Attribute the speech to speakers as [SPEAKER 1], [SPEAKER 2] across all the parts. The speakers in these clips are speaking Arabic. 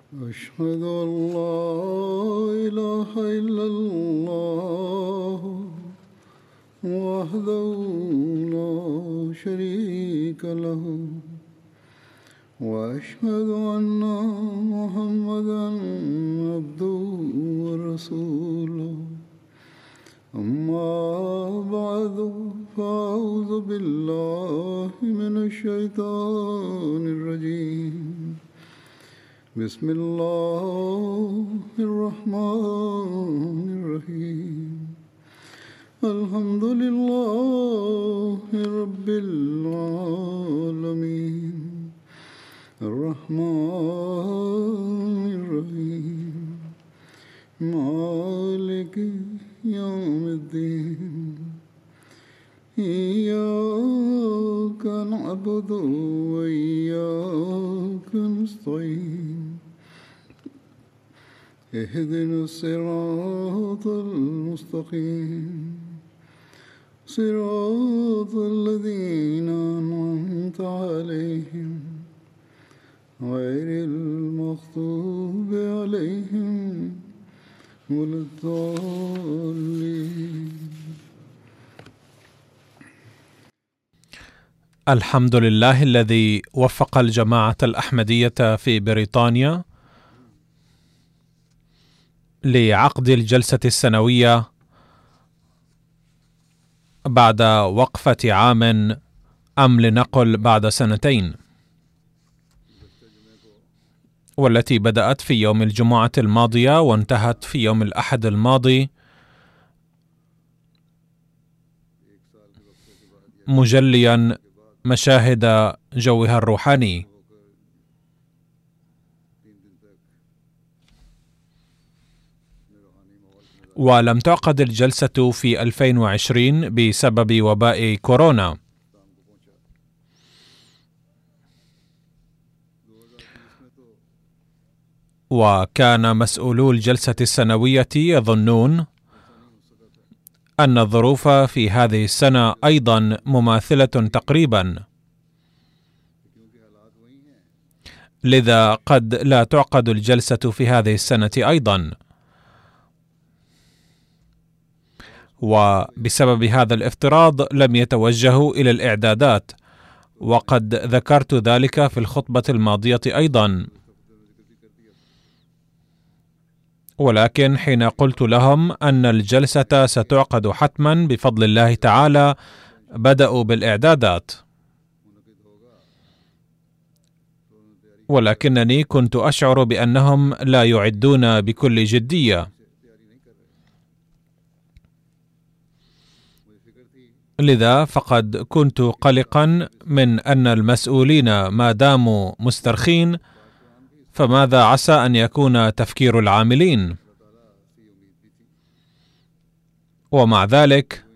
[SPEAKER 1] أشهد أن لا إله إلا الله وحده لا شريك له وأشهد أن محمدا عبده ورسوله أما بعد فأعوذ بالله من الشيطان الرجيم بسم الله الرحمن الرحيم الحمد لله رب العالمين الرحمن الرحيم مالك يوم الدين إياك نعبد وإياك نستعين اهدنا الصراط المستقيم صراط الذين أنعمت عليهم غير المغضوب عليهم ولا الضالين.
[SPEAKER 2] الحمد لله الذي وفق الجماعة الأحمدية في بريطانيا لعقد الجلسة السنوية بعد وقفة عام أم لنقل بعد سنتين، والتي بدأت في يوم الجمعة الماضية وانتهت في يوم الأحد الماضي، مجليا مشاهد جوها الروحاني. ولم تعقد الجلسة في 2020 بسبب وباء كورونا، وكان مسؤولو الجلسة السنوية يظنون أن الظروف في هذه السنة أيضا مماثلة تقريبا، لذا قد لا تعقد الجلسة في هذه السنة أيضا. وبسبب هذا الافتراض لم يتوجهوا إلى الإعدادات، وقد ذكرت ذلك في الخطبة الماضية أيضا. ولكن حين قلت لهم أن الجلسة ستعقد حتما بفضل الله تعالى، بدأوا بالإعدادات، ولكنني كنت أشعر بأنهم لا يعدون بكل جدية، لذا فقد كنت قلقا من أن المسؤولين ما داموا مسترخين فماذا عسى أن يكون تفكير العاملين. ومع ذلك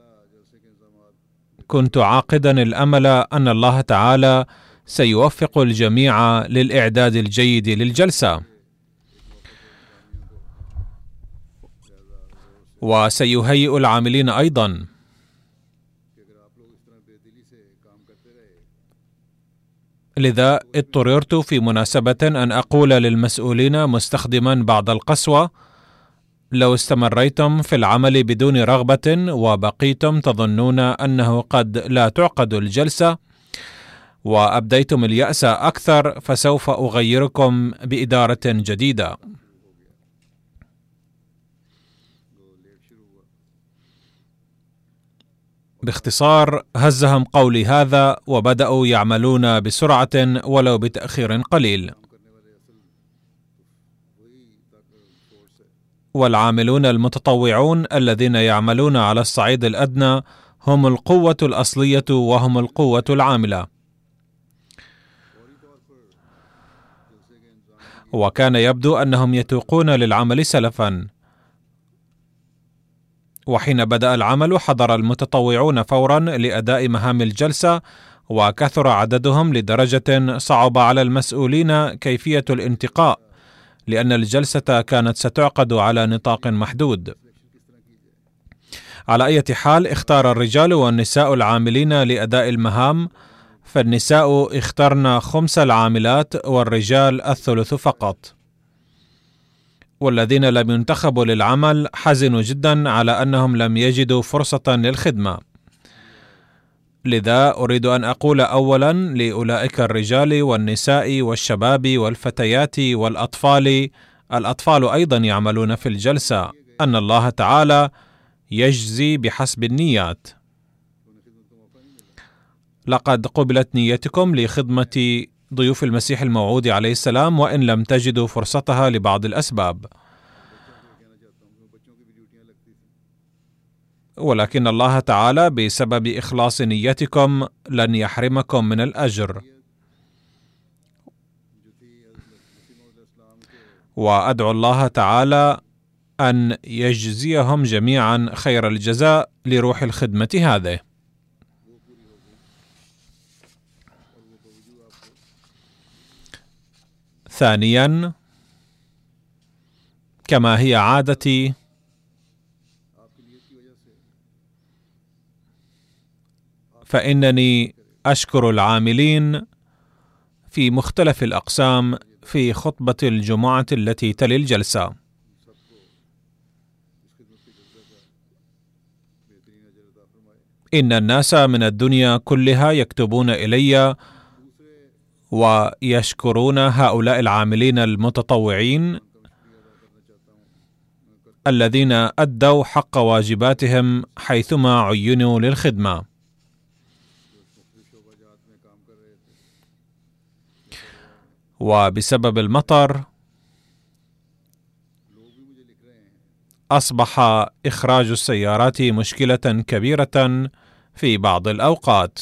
[SPEAKER 2] كنت عاقدا الأمل أن الله تعالى سيوفق الجميع للإعداد الجيد للجلسة، وسيهيئ العاملين أيضا. لذا اضطررت في مناسبة أن أقول للمسؤولين مستخدما بعض القسوة: لو استمريتم في العمل بدون رغبة وبقيتم تظنون أنه قد لا تعقد الجلسة وأبديتم اليأس أكثر، فسوف أغيركم بإدارة جديدة. باختصار، هزهم قولي هذا وبدأوا يعملون بسرعة ولو بتأخير قليل. والعاملون المتطوعون الذين يعملون على الصعيد الأدنى هم القوة الأصلية وهم القوة العاملة. وكان يبدو أنهم يتوقون للعمل سلفا، وحين بدأ العمل حضر المتطوعون فورا لأداء مهام الجلسة، وكثر عددهم لدرجة صعب على المسؤولين كيفية الانتقاء، لأن الجلسة كانت ستعقد على نطاق محدود. على أي حال، اختار الرجال والنساء العاملين لأداء المهام، فالنساء اخترن 5 العاملات والرجال 1/3 فقط. والذين لم ينتخبوا للعمل حزنوا جدا على أنهم لم يجدوا فرصة للخدمة. لذا أريد أن أقول أولا لأولئك الرجال والنساء والشباب والفتيات والأطفال، الأطفال أيضا يعملون في الجلسة، أن الله تعالى يجزي بحسب النيات. لقد قبلت نيتكم لخدمة ضيوف المسيح الموعود عليه السلام وإن لم تجدوا فرصتها لبعض الأسباب، ولكن الله تعالى بسبب إخلاص نيتكم لن يحرمكم من الأجر. وأدعو الله تعالى أن يجزيهم جميعا خير الجزاء لروح الخدمة هذه. ثانيا، كما هي عادتي، فإنني أشكر العاملين في مختلف الأقسام في خطبة الجمعة التي تلي الجلسة. إن الناس من الدنيا كلها يكتبون إلي ويشكرون هؤلاء العاملين المتطوعين الذين أدوا حق واجباتهم حيثما عينوا للخدمة. وبسبب المطر أصبح إخراج السيارات مشكلة كبيرة في بعض الأوقات،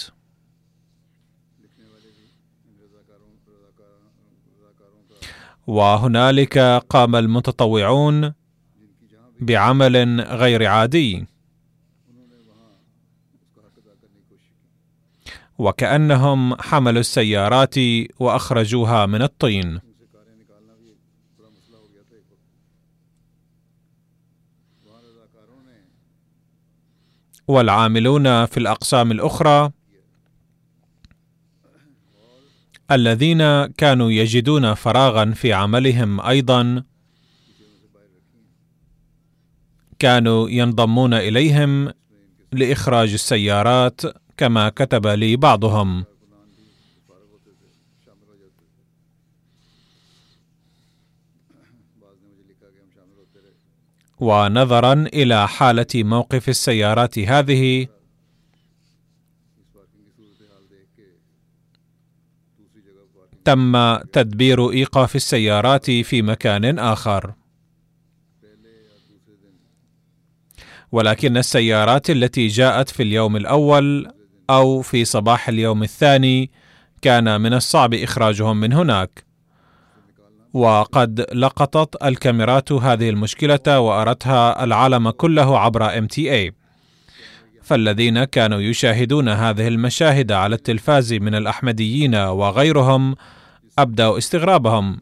[SPEAKER 2] وهنالك قام المتطوعون بعمل غير عادي، وكأنهم حملوا السيارات وأخرجوها من الطين. والعاملون في الأقسام الأخرى الذين كانوا يجدون فراغا في عملهم أيضا كانوا ينضمون إليهم لإخراج السيارات، كما كتب لي بعضهم. ونظرا إلى حالة موقف السيارات هذه، تم تدبير إيقاف السيارات في مكان آخر، ولكن السيارات التي جاءت في اليوم الأول أو في صباح اليوم الثاني كان من الصعب إخراجهم من هناك. وقد لقطت الكاميرات هذه المشكلة وأرتها العالم كله عبر MTA، فالذين كانوا يشاهدون هذه المشاهد على التلفاز من الأحمديين وغيرهم أبدوا استغرابهم،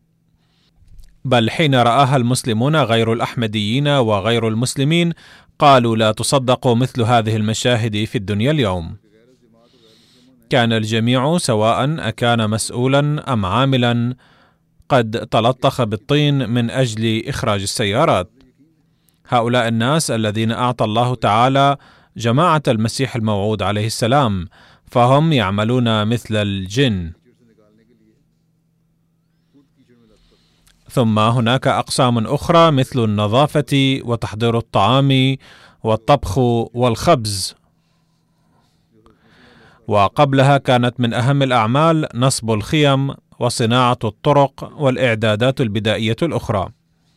[SPEAKER 2] بل حين رآها المسلمون غير الأحمديين وغير المسلمين قالوا لا تصدق مثل هذه المشاهد في الدنيا اليوم. كان الجميع سواء أكان مسؤولا أم عاملا قد تلطخ بالطين من أجل إخراج السيارات. هؤلاء الناس الذين أعطى الله تعالى جماعة المسيح الموعود عليه السلام، فهم يعملون مثل الجن. ثم هناك أقسام أخرى مثل النظافة وتحضير الطعام والطبخ والخبز، وقبلها كانت من أهم الأعمال نصب الخيم وصناعة الطرق والإعدادات البدائية الأخرى.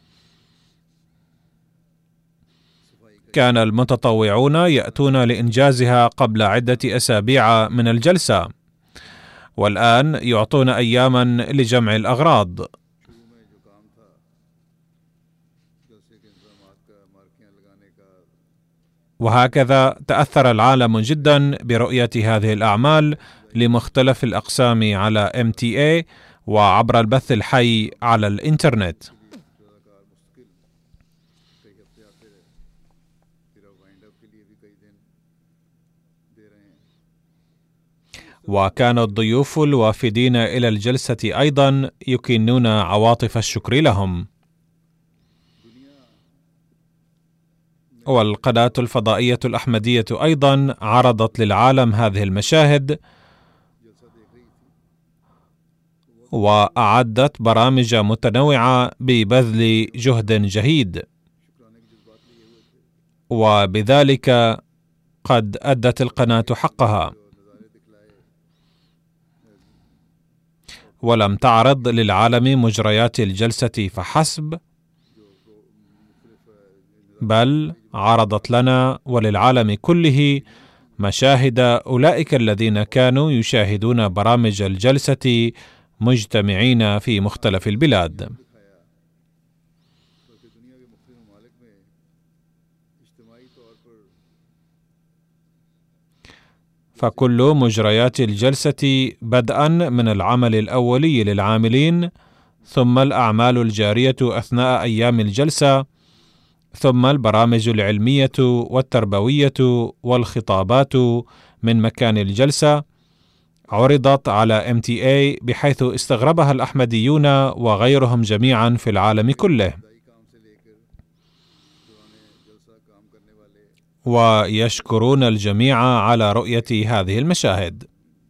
[SPEAKER 2] كان المتطوعون يأتون لإنجازها قبل عدة أسابيع من الجلسة، والآن يعطون أياما لجمع الأغراض. وهكذا تأثر العالم جدا برؤية هذه الأعمال لمختلف الأقسام على MTA وعبر البث الحي على الإنترنت. وكان الضيوف الوافدين إلى الجلسة أيضا يكنون عواطف الشكر لهم. والقناة الفضائية الأحمدية أيضا عرضت للعالم هذه المشاهد وأعدت برامج متنوعة ببذل جهد جهيد، وبذلك قد أدت القناة حقها، ولم تعرض للعالم مجريات الجلسة فحسب، بل عرضت لنا وللعالم كله مشاهد أولئك الذين كانوا يشاهدون برامج الجلسة مجتمعين في مختلف البلاد. فكل مجريات الجلسة بدءا من العمل الأولي للعاملين، ثم الأعمال الجارية أثناء أيام الجلسة، ثم البرامج العلمية والتربوية والخطابات من مكان الجلسة عرضت على MTA بحيث استغربها الأحمديون وغيرهم جميعا في العالم كله، ويشكرون الجميع على رؤية هذه المشاهد.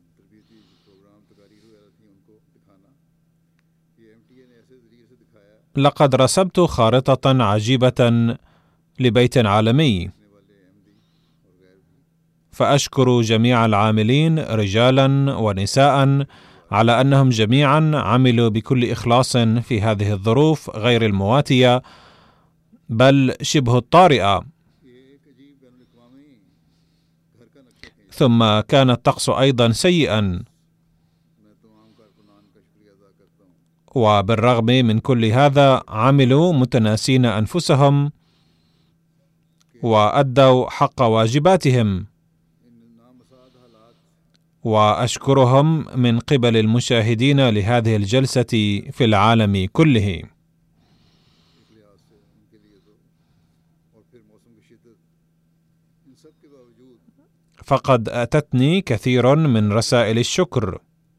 [SPEAKER 2] لقد رسمت خارطة عجيبة لبيت عالمي، فأشكر جميع العاملين رجالا ونساء على أنهم جميعا عملوا بكل إخلاص في هذه الظروف غير المواتية بل شبه الطارئة. ثم كان الطقس أيضا سيئا، وبالرغم من كل هذا عملوا متناسين أنفسهم وأدوا حق واجباتهم، وأشكرهم من قبل المشاهدين لهذه الجلسة في العالم كله. فقد أتتني كثير من رسائل الشكر.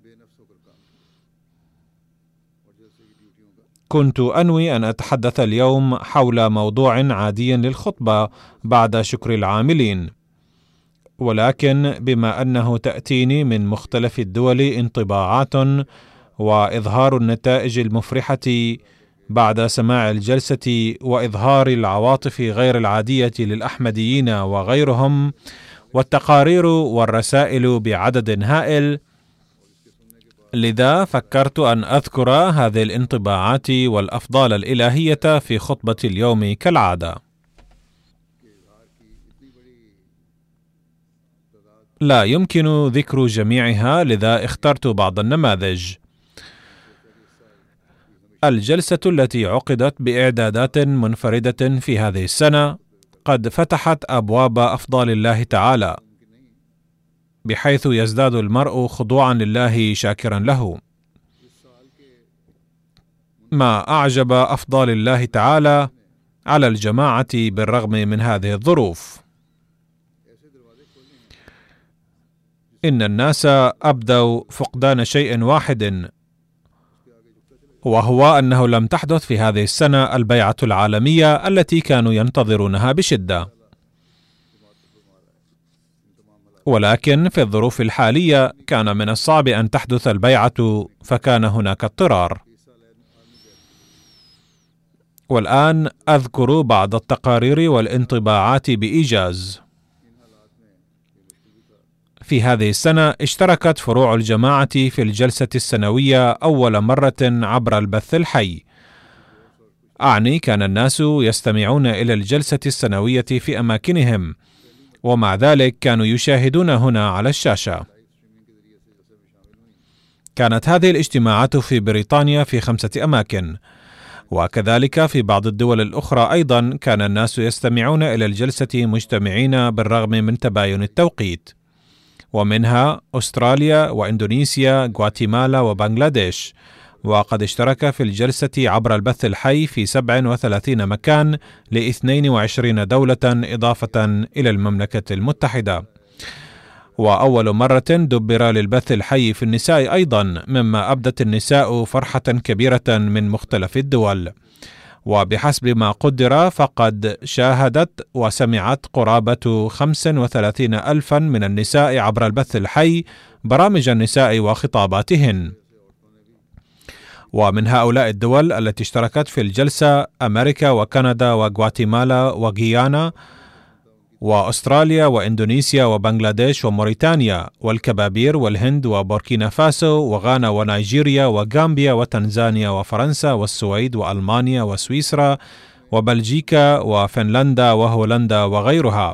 [SPEAKER 2] كنت أنوي أن أتحدث اليوم حول موضوع عادي للخطبة بعد شكر العاملين، ولكن بما أنه تأتيني من مختلف الدول انطباعات وإظهار النتائج المفرحة بعد سماع الجلسة وإظهار العواطف غير العادية للأحمديين وغيرهم والتقارير والرسائل بعدد هائل، لذا فكرت أن أذكر هذه الانطباعات والأفضال الإلهية في خطبة اليوم كالعادة. لا يمكن ذكر جميعها، لذا اخترت بعض النماذج. الجلسة التي عقدت بإعدادات منفردة في هذه السنة قد فتحت أبواب أفضال الله تعالى، بحيث يزداد المرء خضوعا لله شاكرا له. ما أعجب أفضال الله تعالى على الجماعة بالرغم من هذه الظروف. إن الناس أبدوا فقدان شيء واحد، وهو أنه لم تحدث في هذه السنة البيعة العالمية التي كانوا ينتظرونها بشدة، ولكن في الظروف الحالية كان من الصعب أن تحدث البيعة، فكان هناك اضطرار. والآن أذكر بعض التقارير والانطباعات بإيجاز. في هذه السنة اشتركت فروع الجماعة في الجلسة السنوية أول مرة عبر البث الحي، أعني كان الناس يستمعون إلى الجلسة السنوية في أماكنهم، ومع ذلك كانوا يشاهدون هنا على الشاشة. كانت هذه الاجتماعات في بريطانيا في 5 أماكن، وكذلك في بعض الدول الأخرى أيضا كان الناس يستمعون إلى الجلسة مجتمعين بالرغم من تباين التوقيت، ومنها أستراليا وإندونيسيا غواتيمالا وبنغلاديش. وقد اشترك في الجلسة عبر البث الحي في 37 مكان ل22 دولة إضافة إلى المملكة المتحدة. وأول مرة دبر للبث الحي في النساء أيضا، مما أبدت النساء فرحة كبيرة من مختلف الدول. وبحسب ما قدر فقد شاهدت وسمعت قرابة 35,000 من النساء عبر البث الحي برامج النساء وخطاباتهن. ومن هؤلاء الدول التي اشتركت في الجلسة أمريكا وكندا وغواتيمالا وغيانا وأستراليا وإندونيسيا وبنغلاديش وموريتانيا والكبابير والهند وبوركينا فاسو وغانا ونيجيريا وغامبيا وتنزانيا وفرنسا والسويد وألمانيا وسويسرا وبلجيكا وفنلندا وهولندا وغيرها.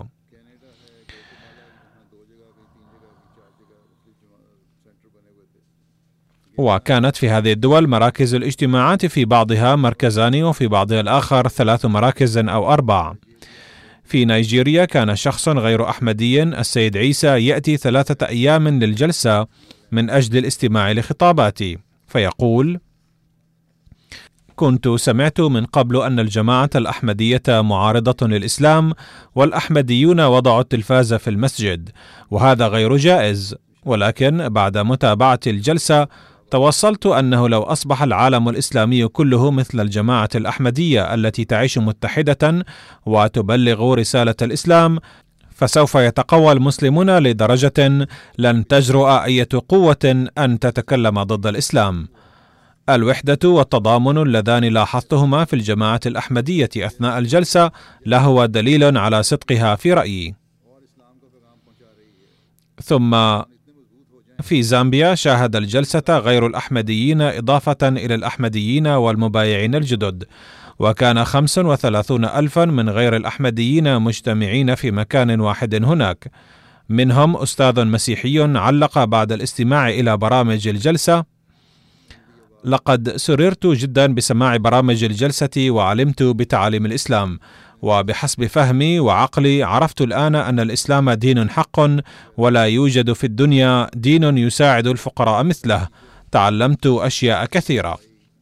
[SPEAKER 2] وكانت في هذه الدول مراكز الاجتماعات في بعضها مركزان وفي بعضها الآخر 3 مراكز أو 4. في نيجيريا كان شخص غير أحمدي السيد عيسى يأتي 3 أيام للجلسة من أجل الاستماع لخطاباتي، فيقول: كنت سمعت من قبل أن الجماعة الأحمدية معارضة للإسلام والأحمديون وضعوا التلفاز في المسجد، وهذا غير جائز، ولكن بعد متابعة الجلسة توصلت أنه لو أصبح العالم الإسلامي كله مثل الجماعة الأحمدية التي تعيش متحدة وتبلغ رسالة الإسلام، فسوف يتقوى المسلمون لدرجة لن تجرؤ أي قوة أن تتكلم ضد الإسلام. الوحدة والتضامن اللذان لاحظتهما في الجماعة الأحمدية أثناء الجلسة لهو دليل على صدقها في رأيي. ثم في زامبيا شاهد الجلسة غير الأحمديين إضافة إلى الأحمديين والمبايعين الجدد، وكان 35,000 من غير الأحمديين مجتمعين في مكان واحد هناك. منهم أستاذ مسيحي علق بعد الاستماع إلى برامج الجلسة: لقد سررت جدا بسماع برامج الجلسة وعلمت بتعاليم الإسلام، وبحسب فهمي وعقلي عرفت الآن أن الإسلام دين حق ولا يوجد في الدنيا دين يساعد الفقراء مثله. تعلمت أشياء كثيرة.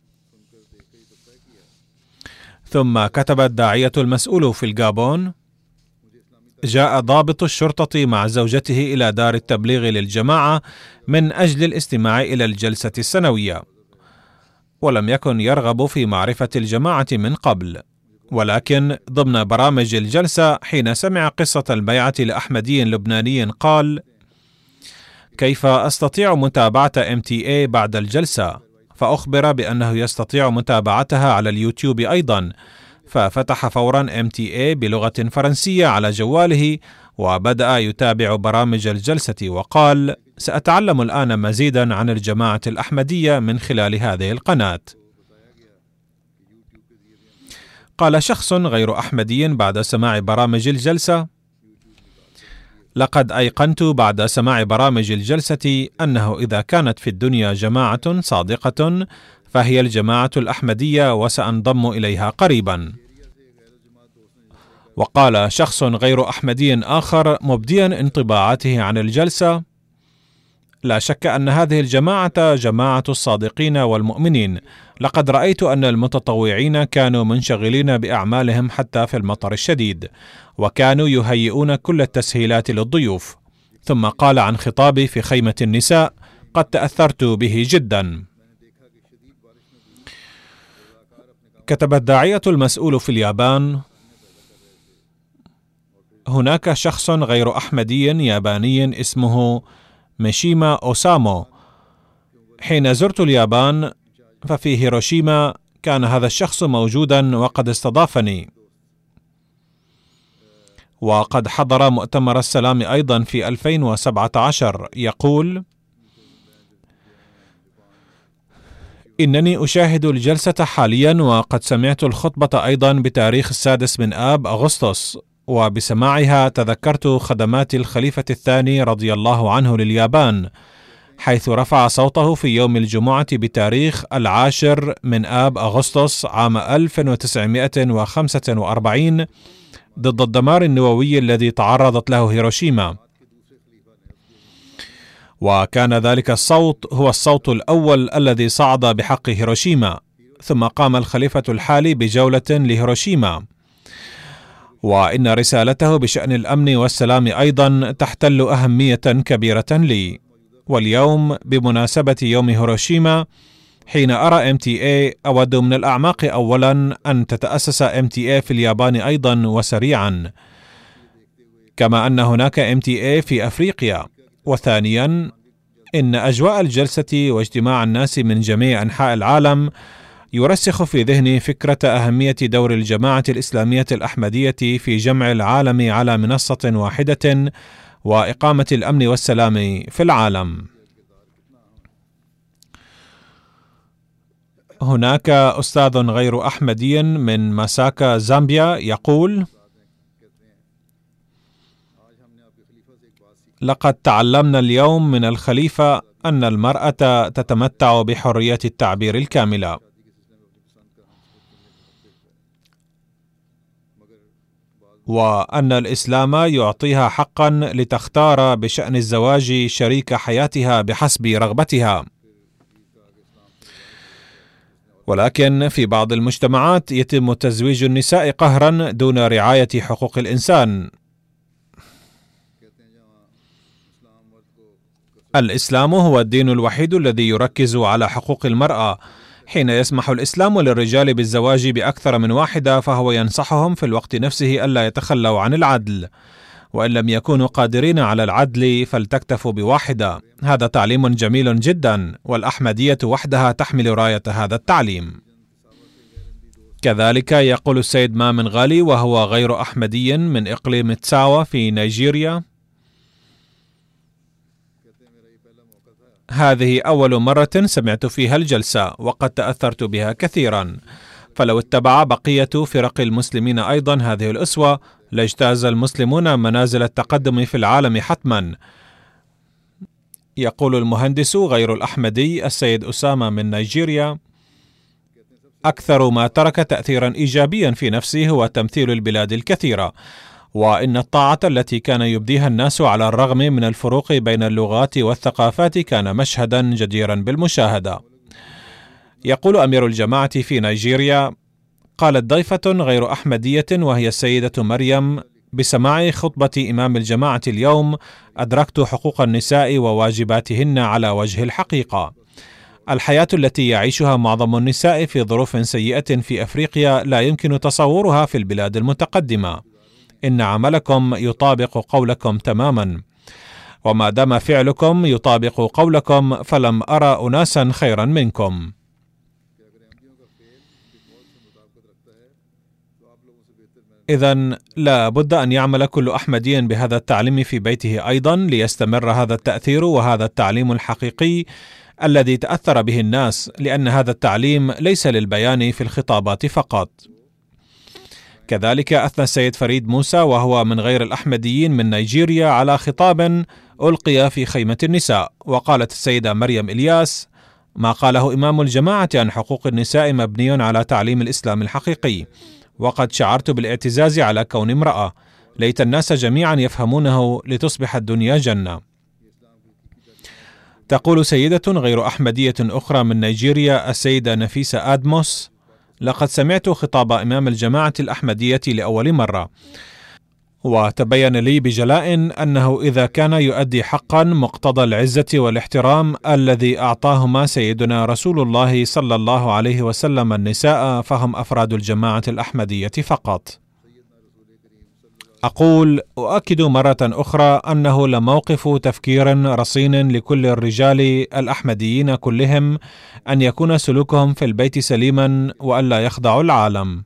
[SPEAKER 2] ثم كتب الداعية المسؤول في الغابون: جاء ضابط الشرطة مع زوجته إلى دار التبليغ للجماعة من أجل الاستماع إلى الجلسة السنوية، ولم يكن يرغب في معرفة الجماعة من قبل، ولكن ضمن برامج الجلسة حين سمع قصة البيعة لأحمدي لبناني قال: كيف أستطيع متابعة MTA بعد الجلسة؟ فأخبر بأنه يستطيع متابعتها على اليوتيوب أيضا، ففتح فورا MTA بلغة فرنسية على جواله وبدأ يتابع برامج الجلسة، وقال: سأتعلم الآن مزيدا عن الجماعة الأحمدية من خلال هذه القناة. قال شخص غير أحمدي بعد سماع برامج الجلسة: لقد أيقنت بعد سماع برامج الجلسة أنه إذا كانت في الدنيا جماعة صادقة فهي الجماعة الأحمدية، وسأنضم إليها قريبا. وقال شخص غير أحمدي آخر مبديا انطباعاته عن الجلسة: لا شك أن هذه الجماعة جماعة الصادقين والمؤمنين، لقد رأيت أن المتطوعين كانوا منشغلين بأعمالهم حتى في المطر الشديد، وكانوا يهيئون كل التسهيلات للضيوف. ثم قال عن خطابي في خيمة النساء: قد تأثرت به جدا. كتب الداعية المسؤول في اليابان: هناك شخص غير أحمدي ياباني اسمه ميشيما أوسامو. حين زرت اليابان ففي هيروشيما كان هذا الشخص موجودا وقد استضافني، وقد حضر مؤتمر السلام أيضا في 2017. يقول: إنني أشاهد الجلسة حاليا، وقد سمعت الخطبة أيضا بتاريخ 6 أغسطس، وبسماعها تذكرت خدمات الخليفة الثاني رضي الله عنه لليابان، حيث رفع صوته في يوم الجمعة بتاريخ 10 أغسطس عام 1945 ضد الدمار النووي الذي تعرضت له هيروشيما، وكان ذلك الصوت هو الصوت الأول الذي صعد بحق هيروشيما. ثم قام الخليفة الحالي بجولة لهيروشيما، وإن رسالته بشأن الأمن والسلام أيضا تحتل أهمية كبيرة لي. واليوم بمناسبة يوم هيروشيما حين أرى MTA أود من الأعماق أولا أن تتأسس MTA في اليابان أيضا وسريعا، كما أن هناك MTA في أفريقيا. وثانيا إن أجواء الجلسة واجتماع الناس من جميع أنحاء العالم يرسخ في ذهني فكرة أهمية دور الجماعة الإسلامية الأحمدية في جمع العالم على منصة واحدة وإقامة الأمن والسلام في العالم. هناك أستاذ غير أحمدي من ماساكا زامبيا يقول: لقد تعلمنا اليوم من الخليفة أن المرأة تتمتع بحرية التعبير الكاملة، وأن الإسلام يعطيها حقا لتختار بشأن الزواج شريك حياتها بحسب رغبتها. ولكن في بعض المجتمعات يتم تزويج النساء قهرا دون رعاية حقوق الإنسان. الإسلام هو الدين الوحيد الذي يركز على حقوق المرأة. حين يسمح الإسلام للرجال بالزواج بأكثر من واحدة، فهو ينصحهم في الوقت نفسه ألا يتخلوا عن العدل، وإن لم يكونوا قادرين على العدل فلتكتفوا بواحدة. هذا تعليم جميل جدا، والأحمدية وحدها تحمل راية هذا التعليم. كذلك يقول السيد مامن غالي، وهو غير أحمدي من إقليم تساوى في نيجيريا: هذه أول مرة سمعت فيها الجلسة، وقد تأثرت بها كثيرا، فلو اتبع بقية فرق المسلمين أيضا هذه الأسوة لاجتاز المسلمون منازل التقدم في العالم حتما. يقول المهندس غير الأحمدي السيد أسامة من نيجيريا: أكثر ما ترك تأثيرا إيجابيا في نفسي هو تمثيل البلاد الكثيرة، وإن الطاعة التي كان يبديها الناس على الرغم من الفروق بين اللغات والثقافات كان مشهدا جديرا بالمشاهدة. يقول أمير الجماعة في نيجيريا: قالت ضيفة غير أحمدية وهي السيدة مريم: بسماع خطبة إمام الجماعة اليوم أدركت حقوق النساء وواجباتهن على وجه الحقيقة. الحياة التي يعيشها معظم النساء في ظروف سيئة في أفريقيا لا يمكن تصورها في البلاد المتقدمة. إن عملكم يطابق قولكم تماما، وما دام فعلكم يطابق قولكم فلم أرى أناسا خيرا منكم. إذن لا بد أن يعمل كل أحمدي بهذا التعليم في بيته أيضا ليستمر هذا التأثير وهذا التعليم الحقيقي الذي تأثر به الناس، لأن هذا التعليم ليس للبيان في الخطابات فقط. كذلك أثنى السيد فريد موسى وهو من غير الأحمديين من نيجيريا على خطاب ألقي في خيمة النساء، وقالت السيدة مريم إلياس: ما قاله إمام الجماعة عن حقوق النساء مبني على تعليم الإسلام الحقيقي، وقد شعرت بالاعتزاز على كون امرأة. ليت الناس جميعا يفهمونه لتصبح الدنيا جنة. تقول سيدة غير أحمدية أخرى من نيجيريا السيدة نفيسة آدموس: لقد سمعت خطاب إمام الجماعة الأحمدية لأول مرة، وتبين لي بجلاء أنه إذا كان يؤدي حقا مقتضى العزة والاحترام الذي أعطاهما سيدنا رسول الله صلى الله عليه وسلم النساء، فهم أفراد الجماعة الأحمدية فقط. أقول أؤكد مرة أخرى أنه لموقف تفكير رصين لكل الرجال الأحمديين كلهم أن يكون سلوكهم في البيت سليما وألا يخضعوا العالم.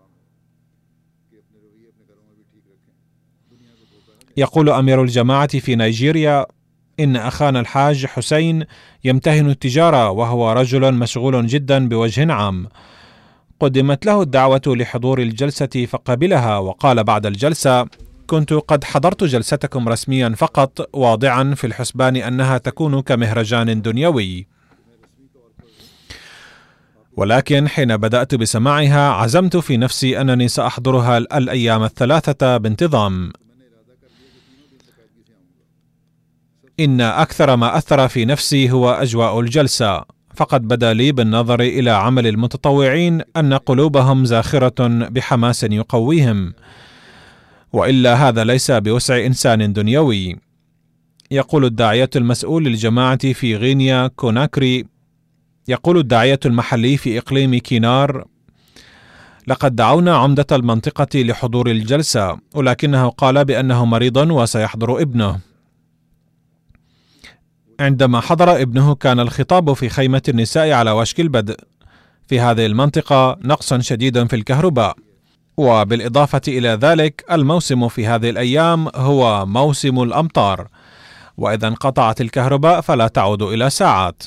[SPEAKER 2] يقول أمير الجماعة في نيجيريا: إن أخانا الحاج حسين يمتهن التجارة وهو رجل مشغول جدا بوجه عام. قدمت له الدعوة لحضور الجلسة فقبلها، وقال بعد الجلسة: كنت قد حضرت جلستكم رسميا فقط، واضعا في الحسبان أنها تكون كمهرجان دنيوي، ولكن حين بدأت بسماعها عزمت في نفسي أنني سأحضرها الأيام الثلاثة بانتظام. إن أكثر ما أثر في نفسي هو أجواء الجلسة، فقد بدا لي بالنظر إلى عمل المتطوعين أن قلوبهم زاخرة بحماس يقويهم، وإلا هذا ليس بوسع إنسان دنيوي. يقول الداعية المسؤول للجماعة في غينيا كوناكري: يقول الداعية المحلي في إقليم كينار: لقد دعونا عمدة المنطقة لحضور الجلسة، ولكنه قال بأنه مريض وسيحضر ابنه. عندما حضر ابنه كان الخطاب في خيمة النساء على وشك البدء. في هذه المنطقة نقص شديد في الكهرباء، وبالإضافة إلى ذلك الموسم في هذه الأيام هو موسم الأمطار، وإذا انقطعت الكهرباء فلا تعود إلى ساعات.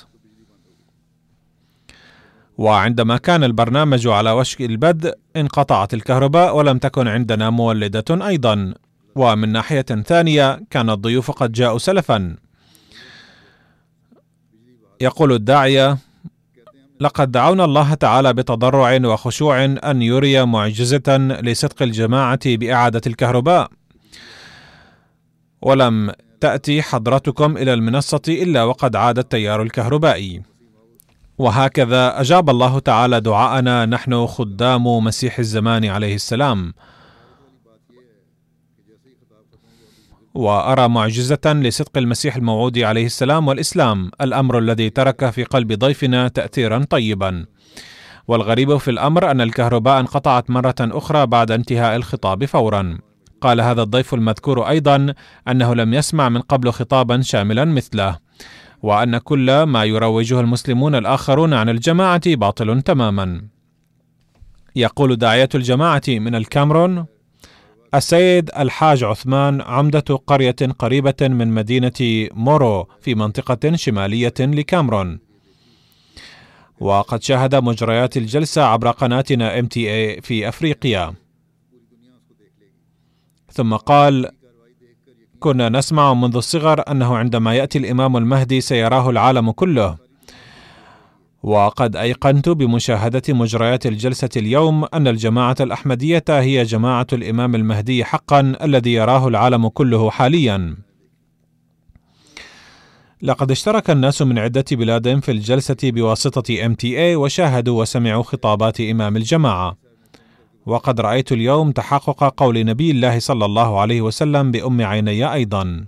[SPEAKER 2] وعندما كان البرنامج على وشك البدء انقطعت الكهرباء ولم تكن عندنا مولدة أيضا، ومن ناحية ثانية كان الضيوف قد جاءوا سلفا. يقول الداعية: لقد دعونا الله تعالى بتضرع وخشوع أن يري معجزة لصدق الجماعة بإعادة الكهرباء، ولم تأتي حضرتكم إلى المنصة إلا وقد عاد التيار الكهربائي. وهكذا أجاب الله تعالى دعاءنا نحن خدام مسيح الزمان عليه السلام. وأرى معجزة لصدق المسيح الموعود عليه السلام والإسلام، الأمر الذي ترك في قلب ضيفنا تأثيرا طيبا. والغريب في الأمر أن الكهرباء انقطعت مرة أخرى بعد انتهاء الخطاب فورا. قال هذا الضيف المذكور أيضا أنه لم يسمع من قبل خطابا شاملا مثله، وأن كل ما يروجه المسلمون الآخرون عن الجماعة باطل تماما. يقول داعية الجماعة من الكامرون: السيد الحاج عثمان عمدة قرية قريبة من مدينة مورو في منطقة شمالية لكامرون، وقد شاهد مجريات الجلسة عبر قناتنا MTA في أفريقيا. ثم قال: كنا نسمع منذ الصغر أنه عندما يأتي الإمام المهدي سيراه العالم كله، وقد أيقنت بمشاهدة مجريات الجلسة اليوم أن الجماعة الأحمدية هي جماعة الإمام المهدي حقا الذي يراه العالم كله حاليا. لقد اشترك الناس من عدة بلاد في الجلسة بواسطة MTA وشاهدوا وسمعوا خطابات إمام الجماعة، وقد رأيت اليوم تحقق قول نبي الله صلى الله عليه وسلم بأم عيني أيضا.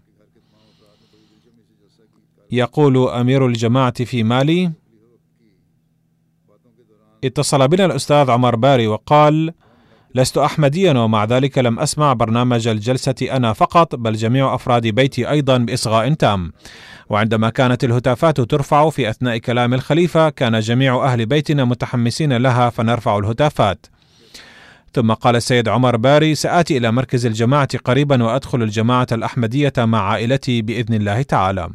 [SPEAKER 2] يقول أمير الجماعة في مالي: اتصل بنا الأستاذ عمر باري وقال: لست أحمديا ومع ذلك لم أسمع برنامج الجلسة أنا فقط، بل جميع أفراد بيتي أيضا بإصغاء تام. وعندما كانت الهتافات ترفع في أثناء كلام الخليفة كان جميع أهل بيتنا متحمسين لها فنرفع الهتافات. ثم قال السيد عمر باري: سآتي إلى مركز الجماعة قريبا وأدخل الجماعة الأحمدية مع عائلتي بإذن الله تعالى.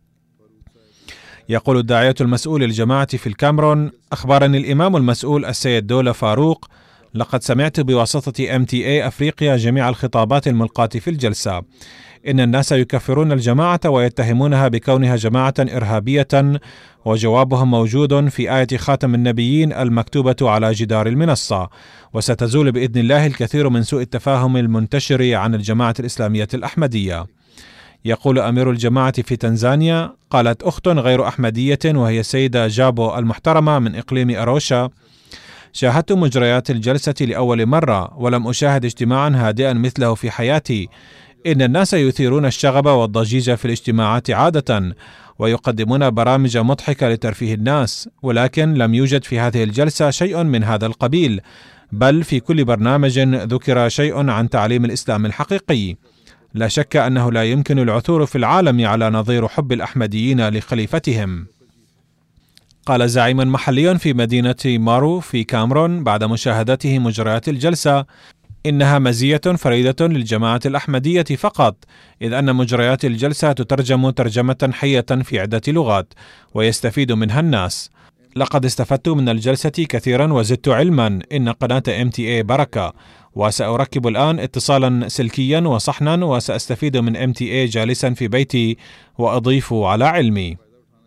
[SPEAKER 2] يقول الداعية المسؤول للجماعة في الكامرون: أخبرني الإمام المسؤول السيد دولة فاروق: لقد سمعت بواسطة MTA أفريقيا جميع الخطابات الملقاة في الجلسة. إن الناس يكفرون الجماعة ويتهمونها بكونها جماعة إرهابية، وجوابهم موجود في آية خاتم النبيين المكتوبة على جدار المنصة، وستزول بإذن الله الكثير من سوء التفاهم المنتشر عن الجماعة الإسلامية الأحمدية. يقول أمير الجماعة في تنزانيا: قالت أخت غير أحمدية وهي السيدة جابو المحترمة من إقليم أروشا: شاهدت مجريات الجلسة لأول مرة ولم أشاهد اجتماعا هادئا مثله في حياتي. إن الناس يثيرون الشغب والضجيج في الاجتماعات عادة، ويقدمون برامج مضحكة لترفيه الناس، ولكن لم يوجد في هذه الجلسة شيء من هذا القبيل، بل في كل برنامج ذكر شيء عن تعليم الإسلام الحقيقي. لا شك أنه لا يمكن العثور في العالم على نظير حب الأحمديين لخليفتهم. قال زعيم محلي في مدينة مارو في كامرون بعد مشاهدته مجريات الجلسة: إنها مزية فريدة للجماعة الأحمدية فقط، إذ أن مجريات الجلسة تترجم ترجمة حية في عدة لغات ويستفيد منها الناس. لقد استفدت من الجلسة كثيرا وزدت علما. إن قناة MTA بركة، وسأركب الآن اتصالا سلكيا وصحنا، وسأستفيد من MTA جالسا في بيتي وأضيف على علمي.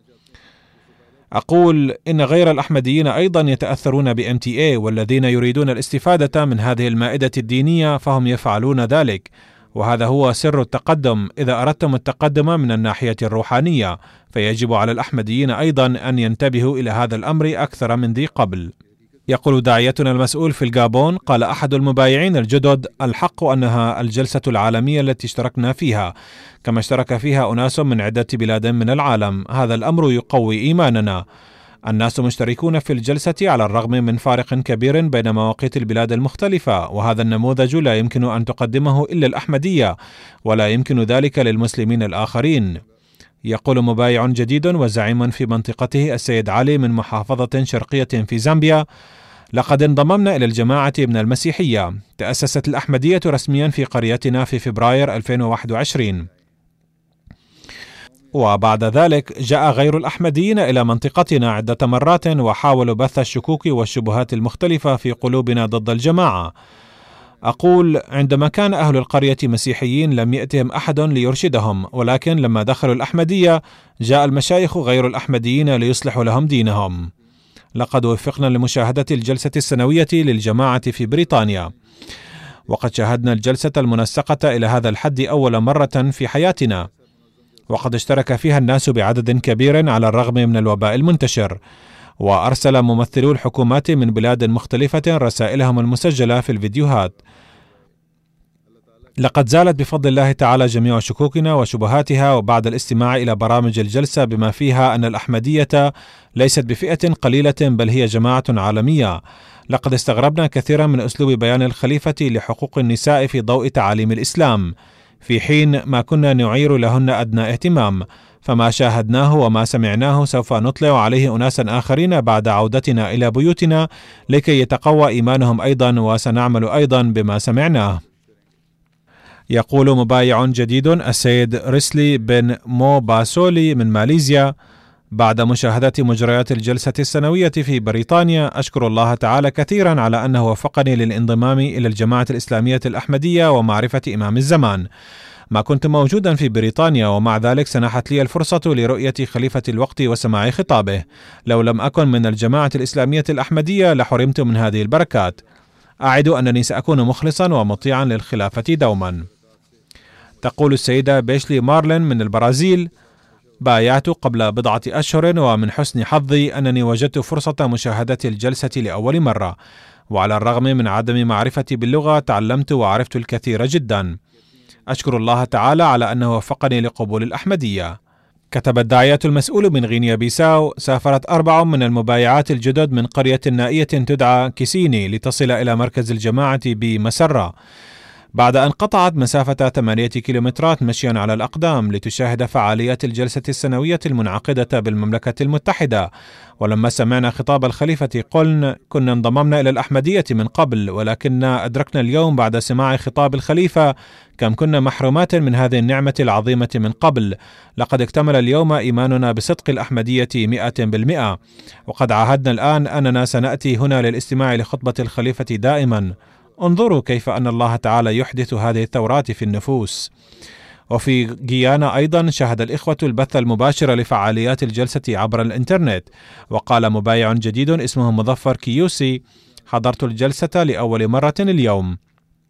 [SPEAKER 2] أقول إن غير الأحمديين أيضا يتأثرون بMTA، والذين يريدون الاستفادة من هذه المائدة الدينية فهم يفعلون ذلك، وهذا هو سر التقدم. إذا أردتم التقدم من الناحية الروحانية فيجب على الأحمديين أيضا أن ينتبهوا إلى هذا الأمر أكثر من ذي قبل. يقول داعيتنا المسؤول في الغابون: قال أحد المبايعين الجدد: الحق أنها الجلسة العالمية التي اشتركنا فيها، كما اشترك فيها أناس من عدة بلاد من العالم. هذا الأمر يقوي إيماننا. الناس مشتركون في الجلسة على الرغم من فارق كبير بين مواقيت البلاد المختلفة، وهذا النموذج لا يمكن أن تقدمه إلا الأحمدية، ولا يمكن ذلك للمسلمين الآخرين. يقول مبايع جديد وزعيم في منطقته السيد علي من محافظة شرقية في زامبيا: لقد انضممنا إلى الجماعة من المسيحية. تأسست الأحمدية رسميا في قريتنا في فبراير 2021، وبعد ذلك جاء غير الأحمديين إلى منطقتنا عدة مرات وحاولوا بث الشكوك والشبهات المختلفة في قلوبنا ضد الجماعة. أقول: عندما كان أهل القرية مسيحيين لم يأتهم أحد ليرشدهم، ولكن لما دخلوا الأحمدية جاء المشايخ غير الأحمديين ليصلحوا لهم دينهم. لقد وفقنا لمشاهدة الجلسة السنوية للجماعة في بريطانيا، وقد شاهدنا الجلسة المنسقة إلى هذا الحد أول مرة في حياتنا، وقد اشترك فيها الناس بعدد كبير على الرغم من الوباء المنتشر. وأرسل ممثلو الحكومات من بلاد مختلفة رسائلهم المسجلة في الفيديوهات. لقد زالت بفضل الله تعالى جميع شكوكنا وشبهاتها، وبعد الاستماع إلى برامج الجلسة بما فيها أن الأحمدية ليست بفئة قليلة بل هي جماعة عالمية. لقد استغربنا كثيرا من أسلوب بيان الخليفة لحقوق النساء في ضوء تعاليم الإسلام، في حين ما كنا نعير لهن أدنى اهتمام. فما شاهدناه وما سمعناه سوف نطلع عليه أناسا آخرين بعد عودتنا إلى بيوتنا لكي يتقوى إيمانهم أيضا، وسنعمل أيضا بما سمعناه. يقول مبايع جديد السيد ريسلي بن مو باسولي من ماليزيا: بعد مشاهدة مجريات الجلسة السنوية في بريطانيا، أشكر الله تعالى كثيرا على أنه وفقني للانضمام إلى الجماعة الإسلامية الأحمدية ومعرفة إمام الزمان. ما كنت موجودا في بريطانيا، ومع ذلك سنحت لي الفرصة لرؤية خليفة الوقت وسماع خطابه. لو لم أكن من الجماعة الإسلامية الأحمدية لحرمت من هذه البركات. أعد أنني سأكون مخلصا ومطيعا للخلافة دوما. تقول السيدة بيشلي مارلين من البرازيل: بايعت قبل بضعة أشهر، ومن حسن حظي أنني وجدت فرصة مشاهدة الجلسة لأول مرة، وعلى الرغم من عدم معرفتي باللغة تعلمت وعرفت الكثير جدا. أشكر الله تعالى على أنه وفقني لقبول الأحمدية. كتب الداعية المسؤول من غينيا بيساو: سافرت 4 من المبايعات الجدد من قرية نائية تدعى كيسيني لتصل إلى مركز الجماعة بمسرة، بعد أن قطعت مسافة 8 كيلومترات مشيا على الأقدام لتشاهد فعاليات الجلسة السنوية المنعقدة بالمملكة المتحدة. ولما سمعنا خطاب الخليفة قلنا: كنا انضممنا إلى الأحمدية من قبل، ولكن أدركنا اليوم بعد سماع خطاب الخليفة كم كنا محرومات من هذه النعمة العظيمة من قبل. لقد اكتمل اليوم إيماننا بصدق الأحمدية 100%، وقد عاهدنا الآن أننا سنأتي هنا للاستماع لخطبة الخليفة دائما. انظروا كيف أن الله تعالى يحدث هذه الثورات في النفوس. وفي غيانا أيضا شهد الإخوة البث المباشر لفعاليات الجلسة عبر الإنترنت. وقال مبايع جديد اسمه مظفر كيوسي: حضرت الجلسة لأول مرة اليوم،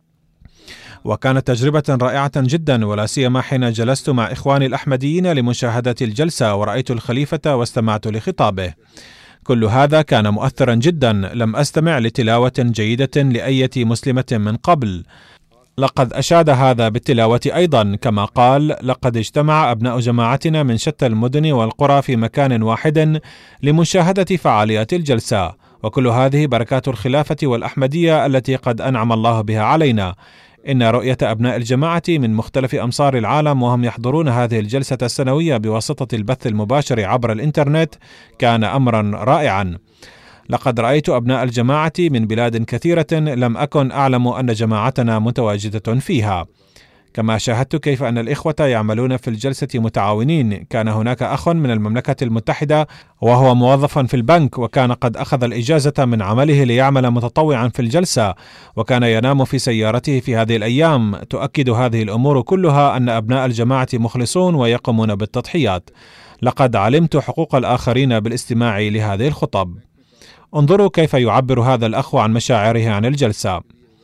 [SPEAKER 2] وكانت تجربة رائعة جدا، ولا سيما حين جلست مع إخواني الأحمديين لمشاهدة الجلسة ورأيت الخليفة واستمعت لخطابه. كل هذا كان مؤثرا جدا، لم أستمع لتلاوة جيدة لأية مسلمة من قبل. لقد أشاد هذا بالتلاوة أيضا، كما قال: لقد اجتمع أبناء جماعتنا من شتى المدن والقرى في مكان واحد لمشاهدة فعاليات الجلسة، وكل هذه بركات الخلافة والأحمدية التي قد أنعم الله بها علينا. إن رؤية أبناء الجماعة من مختلف أمصار العالم وهم يحضرون هذه الجلسة السنوية بواسطة البث المباشر عبر الإنترنت كان أمرا رائعا. لقد رأيت أبناء الجماعة من بلاد كثيرة لم أكن أعلم أن جماعتنا متواجدة فيها. كما شاهدت كيف أن الإخوة يعملون في الجلسة متعاونين. كان هناك أخ من المملكة المتحدة وهو موظف في البنك، وكان قد أخذ الإجازة من عمله ليعمل متطوعا في الجلسة، وكان ينام في سيارته في هذه الأيام. تؤكد هذه الأمور كلها أن أبناء الجماعة مخلصون ويقومون بالتضحيات. لقد علمت حقوق الآخرين بالاستماع لهذه الخطب. انظروا كيف يعبر هذا الأخ عن مشاعره عن الجلسة.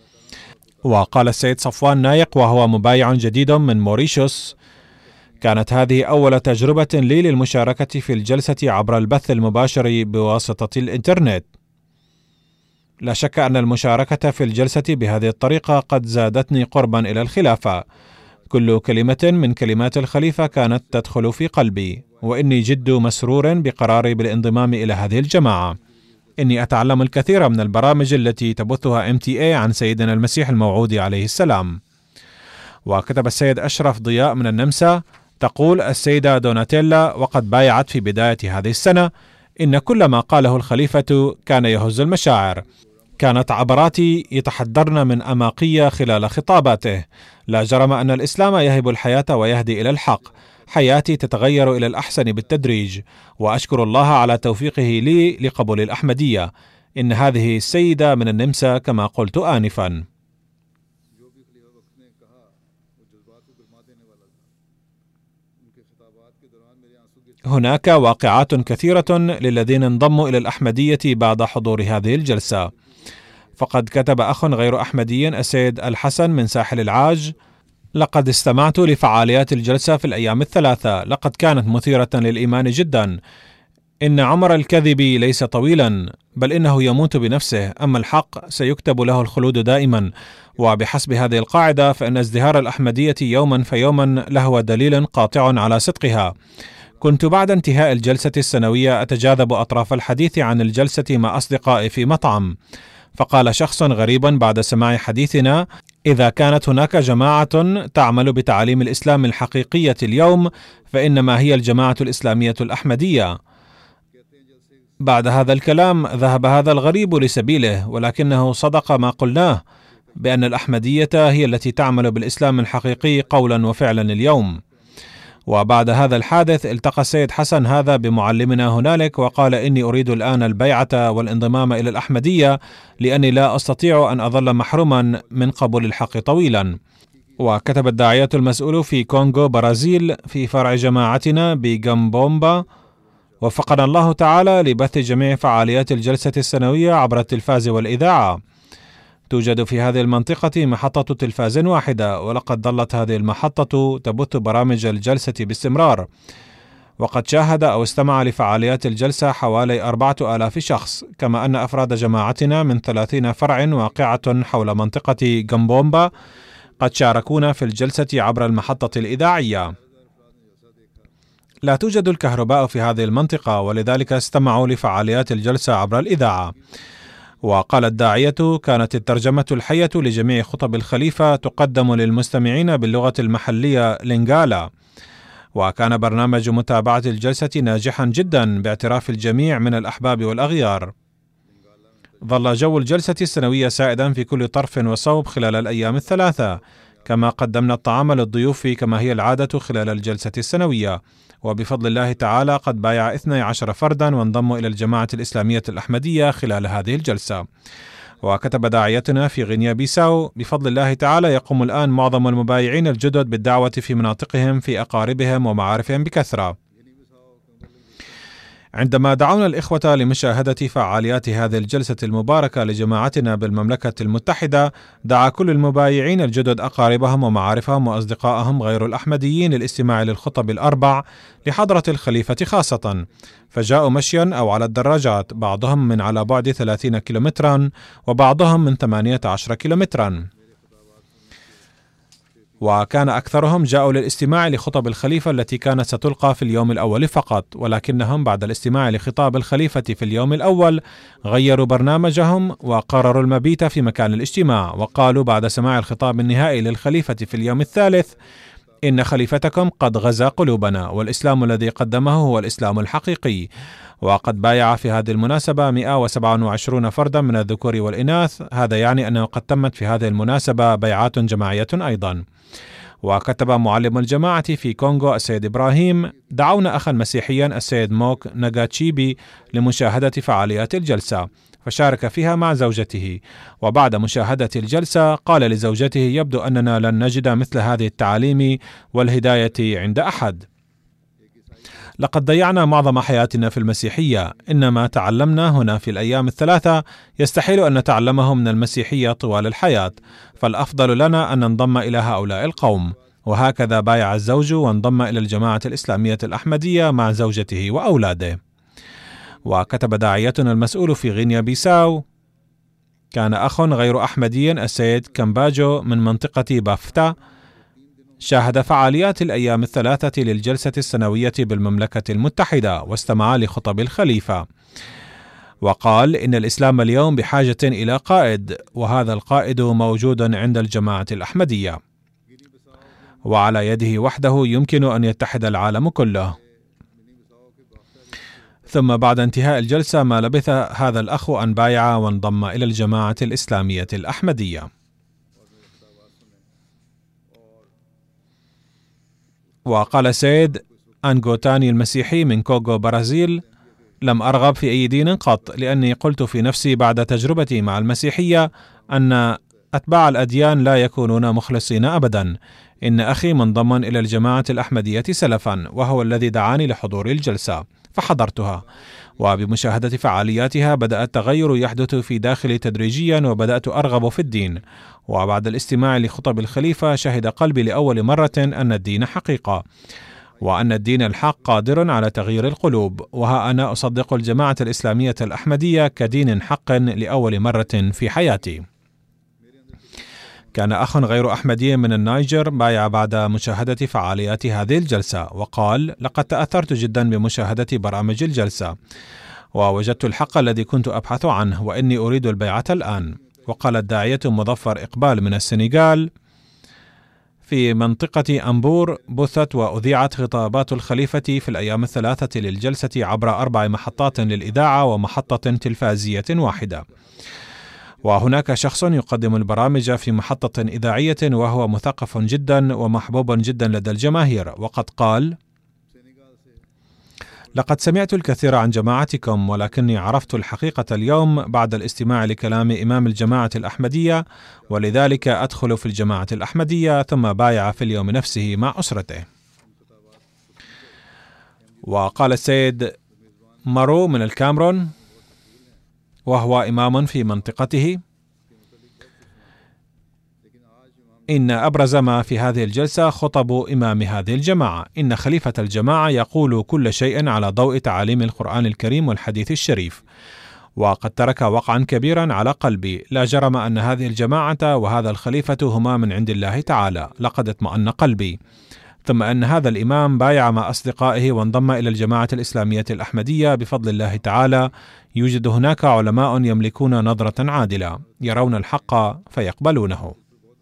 [SPEAKER 2] وقال السيد صفوان نايق وهو مبايع جديد من موريشيوس: كانت هذه أول تجربة لي للمشاركة في الجلسة عبر البث المباشر بواسطة الإنترنت. لا شك أن المشاركة في الجلسة بهذه الطريقة قد زادتني قربا إلى الخلافة. كل كلمة من كلمات الخليفة كانت تدخل في قلبي، وإني جد مسرور بقراري بالانضمام إلى هذه الجماعة. إني أتعلم الكثير من البرامج التي تبثها MTA عن سيدنا المسيح الموعود عليه السلام. وكتب السيد أشرف ضياء من النمسا، تقول السيدة دوناتيلا وقد بايعت في بداية هذه السنة: إن كل ما قاله الخليفة كان يهز المشاعر. كانت عبراتي يتحدرن من أماقية خلال خطاباته. لا جرم أن الإسلام يهب الحياة ويهدي إلى الحق. حياتي تتغير إلى الأحسن بالتدريج، وأشكر الله على توفيقه لي لقبول الأحمدية. إن هذه السيدة من النمسا كما قلت آنفا. هناك واقعات كثيرة للذين انضموا إلى الأحمدية بعد حضور هذه الجلسة. فقد كتب أخ غير أحمدي السيد الحسن من ساحل العاج: لقد استمعت لفعاليات الجلسة في الأيام الثلاثة، لقد كانت مثيرة للإيمان جدا. إن عمر الكذب ليس طويلا، بل إنه يموت بنفسه، أما الحق سيكتب له الخلود دائما. وبحسب هذه القاعدة فإن ازدهار الأحمدية يوما فيوما لهو دليل قاطع على صدقها. كنت بعد انتهاء الجلسة السنوية أتجاذب أطراف الحديث عن الجلسة مع أصدقائي في مطعم، فقال شخص غريبا بعد سماع حديثنا: إذا كانت هناك جماعة تعمل بتعاليم الإسلام الحقيقية اليوم فإنما هي الجماعة الإسلامية الأحمدية. بعد هذا الكلام ذهب هذا الغريب لسبيله، ولكنه صدق ما قلناه بأن الأحمدية هي التي تعمل بالإسلام الحقيقي قولا وفعلا اليوم. وبعد هذا الحادث التقى السيد حسن هذا بمعلمنا هنالك وقال: إني أريد الآن البيعة والانضمام إلى الأحمدية، لأني لا أستطيع أن أظل محروما من قبول الحق طويلا. وكتب الداعية المسؤول في كونغو برازيل في فرع جماعتنا بجامبومبا: وفقنا الله تعالى لبث جميع فعاليات الجلسة السنوية عبر التلفاز والإذاعة. توجد في هذه المنطقة محطة تلفاز واحدة، ولقد ظلت هذه المحطة تبث برامج الجلسة باستمرار. وقد شاهد أو استمع لفعاليات الجلسة حوالي 4000 شخص، كما أن أفراد جماعتنا من 30 فرع واقعة حول منطقة جامبومبا قد شاركونا في الجلسة عبر المحطة الإذاعية. لا توجد الكهرباء في هذه المنطقة، ولذلك استمعوا لفعاليات الجلسة عبر الإذاعة. وقال الداعية: كانت الترجمة الحية لجميع خطب الخليفة تقدم للمستمعين باللغة المحلية لينغالا. وكان برنامج متابعة الجلسة ناجحا جدا باعتراف الجميع من الأحباب والأغيار. ظل جو الجلسة السنوية سائدا في كل طرف وصوب خلال الأيام الثلاثة، كما قدمنا الطعام للضيوف كما هي العادة خلال الجلسة السنوية. وبفضل الله تعالى قد بايع 12 فردا وانضموا إلى الجماعة الإسلامية الأحمدية خلال هذه الجلسة. وكتب داعيتنا في غينيا بيساو: بفضل الله تعالى يقوم الآن معظم المبايعين الجدد بالدعوة في مناطقهم في أقاربهم ومعارفهم بكثرة. عندما دعونا الإخوة لمشاهدة فعاليات هذه الجلسة المباركة لجماعتنا بالمملكة المتحدة، دعا كل المبايعين الجدد أقاربهم ومعارفهم وأصدقائهم غير الأحمديين للاستماع للخطب الأربع لحضرة الخليفة خاصة، فجاءوا مشيا أو على الدراجات، بعضهم من على بعد 30 كيلومترا وبعضهم من 18 كيلومترا. وكان أكثرهم جاءوا للاستماع لخطب الخليفة التي كانت ستلقى في اليوم الأول فقط، ولكنهم بعد الاستماع لخطاب الخليفة في اليوم الأول غيروا برنامجهم وقرروا المبيت في مكان الاجتماع، وقالوا بعد سماع الخطاب النهائي للخليفة في اليوم الثالث: إن خليفتكم قد غزا قلوبنا، والإسلام الذي قدمه هو الإسلام الحقيقي. وقد بايع في هذه المناسبة 127 فردا من الذكور والإناث، هذا يعني أنه قد تمت في هذه المناسبة بيعات جماعية أيضا. وكتب معلم الجماعة في كونغو السيد إبراهيم: دعونا أخا مسيحيا السيد موك ناغاتشيبي لمشاهدة فعاليات الجلسة، فشارك فيها مع زوجته. وبعد مشاهدة الجلسة قال لزوجته: يبدو أننا لن نجد مثل هذه التعاليم والهداية عند أحد. لقد ضيعنا معظم حياتنا في المسيحية، إنما تعلمنا هنا في الأيام الثلاثة يستحيل أن نتعلمه من المسيحية طوال الحياة، فالأفضل لنا أن ننضم إلى هؤلاء القوم. وهكذا بايع الزوج وانضم إلى الجماعة الإسلامية الأحمدية مع زوجته وأولاده. وكتب داعيتنا المسؤول في غينيا بيساو: كان أخ غير أحمدي السيد كامباجو من منطقة بافتا شاهد فعاليات الأيام الثلاثة للجلسة السنوية بالمملكة المتحدة واستمع لخطب الخليفة، وقال إن الإسلام اليوم بحاجة إلى قائد، وهذا القائد موجود عند الجماعة الأحمدية، وعلى يده وحده يمكن أن يتحد العالم كله. ثم بعد انتهاء الجلسة ما لبث هذا الأخ أن بايع وانضم إلى الجماعة الإسلامية الأحمدية. وقال سيد أنغوتاني المسيحي من كوغو برازيل: لم أرغب في أي دين قط، لأني قلت في نفسي بعد تجربتي مع المسيحية أن أتباع الأديان لا يكونون مخلصين أبدا. إن أخي منضم إلى الجماعة الأحمدية سلفا، وهو الذي دعاني لحضور الجلسة، فحضرتها، وبمشاهدة فعالياتها بدأ التغير يحدث في داخلي تدريجيا، وبدأت أرغب في الدين. وبعد الاستماع لخطب الخليفة شهد قلبي لأول مرة أن الدين حقيقة، وأن الدين الحق قادر على تغيير القلوب. وها أنا أصدق الجماعة الإسلامية الأحمدية كدين حق لأول مرة في حياتي. كان أخ غير أحمدي من النيجر بايع بعد مشاهدة فعاليات هذه الجلسة، وقال: لقد تأثرت جدا بمشاهدة برامج الجلسة، ووجدت الحق الذي كنت أبحث عنه، وإني أريد البيعة الآن. وقال الداعية مظفر إقبال من السنغال: في منطقة أمبور بثت وأذيعت خطابات الخليفة في الأيام الثلاثة للجلسة عبر 4 محطات للإذاعة ومحطة تلفازية واحدة. وهناك شخص يقدم البرامج في محطة إذاعية وهو مثقف جدا ومحبوب جدا لدى الجماهير. وقد قال: لقد سمعت الكثير عن جماعتكم، ولكني عرفت الحقيقة اليوم بعد الاستماع لكلام إمام الجماعة الأحمدية، ولذلك أدخل في الجماعة الأحمدية. ثم بايع في اليوم نفسه مع أسرته. وقال السيد مارو من الكاميرون، وهو إمام في منطقته: إن أبرز ما في هذه الجلسة خطب إمام هذه الجماعة. إن خليفة الجماعة يقول كل شيء على ضوء تعاليم القرآن الكريم والحديث الشريف، وقد ترك وقعا كبيرا على قلبي. لا جرم أن هذه الجماعة وهذا الخليفة هما من عند الله تعالى، لقد اطمأن قلبي. ثم أن هذا الإمام بايع مع أصدقائه وانضم إلى الجماعة الإسلامية الأحمدية بفضل الله تعالى. يوجد هناك علماء يملكون نظرة عادلة، يرون الحق فيقبلونه.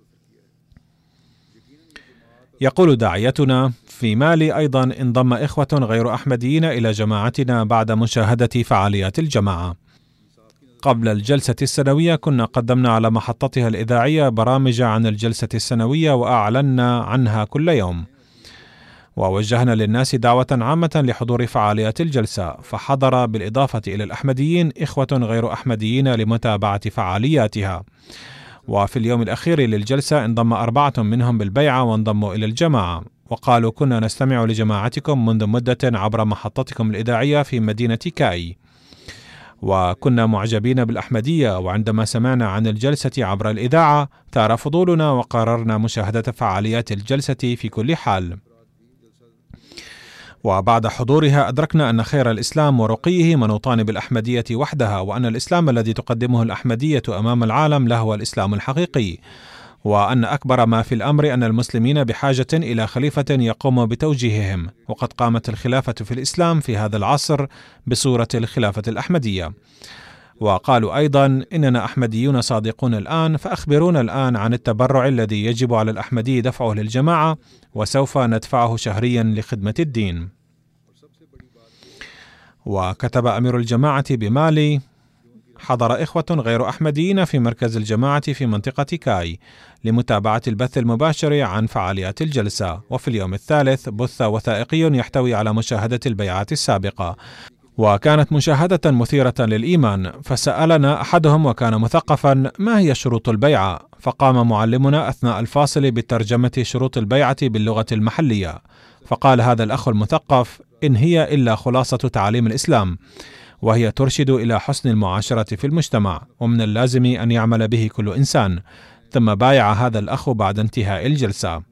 [SPEAKER 2] يقول داعيتنا: في مالي أيضا انضم إخوة غير أحمديين إلى جماعتنا بعد مشاهدة فعاليات الجماعة. قبل الجلسة السنوية كنا قدمنا على محطتها الإذاعية برامج عن الجلسة السنوية وأعلنا عنها كل يوم، ووجهنا للناس دعوة عامة لحضور فعاليات الجلسة، فحضر بالإضافة إلى الأحمديين إخوة غير أحمديين لمتابعة فعالياتها. وفي اليوم الأخير للجلسة انضم 4 منهم بالبيعة وانضموا إلى الجماعة، وقالوا: كنا نستمع لجماعتكم منذ مدة عبر محطتكم الإذاعية في مدينة كاي، وكنا معجبين بالأحمدية، وعندما سمعنا عن الجلسة عبر الإذاعة ثار فضولنا وقررنا مشاهدة فعاليات الجلسة في كل حال. وبعد حضورها أدركنا أن خير الإسلام ورقيه منوطان بالأحمدية وحدها، وأن الإسلام الذي تقدمه الأحمدية أمام العالم لهو الإسلام الحقيقي، وأن أكبر ما في الأمر أن المسلمين بحاجة إلى خليفة يقوم بتوجيههم، وقد قامت الخلافة في الإسلام في هذا العصر بصورة الخلافة الأحمدية. وقالوا أيضا: إننا أحمديون صادقون الآن، فأخبرونا الآن عن التبرع الذي يجب على الأحمدي دفعه للجماعة، وسوف ندفعه شهريا لخدمة الدين. وكتب أمير الجماعة بمالي: حضر إخوة غير أحمديين في مركز الجماعة في منطقة كاي لمتابعة البث المباشر عن فعاليات الجلسة، وفي اليوم الثالث بث وثائقي يحتوي على مشاهدة البيعات السابقة، وكانت مشاهدة مثيرة للإيمان. فسألنا أحدهم وكان مثقفا: ما هي شروط البيعة؟ فقام معلمنا أثناء الفاصل بترجمة شروط البيعة باللغة المحلية، فقال هذا الأخ المثقف: إن هي إلا خلاصة تعاليم الإسلام، وهي ترشد إلى حسن المعاشرة في المجتمع، ومن اللازم أن يعمل به كل إنسان. ثم بايع هذا الأخ بعد انتهاء الجلسة.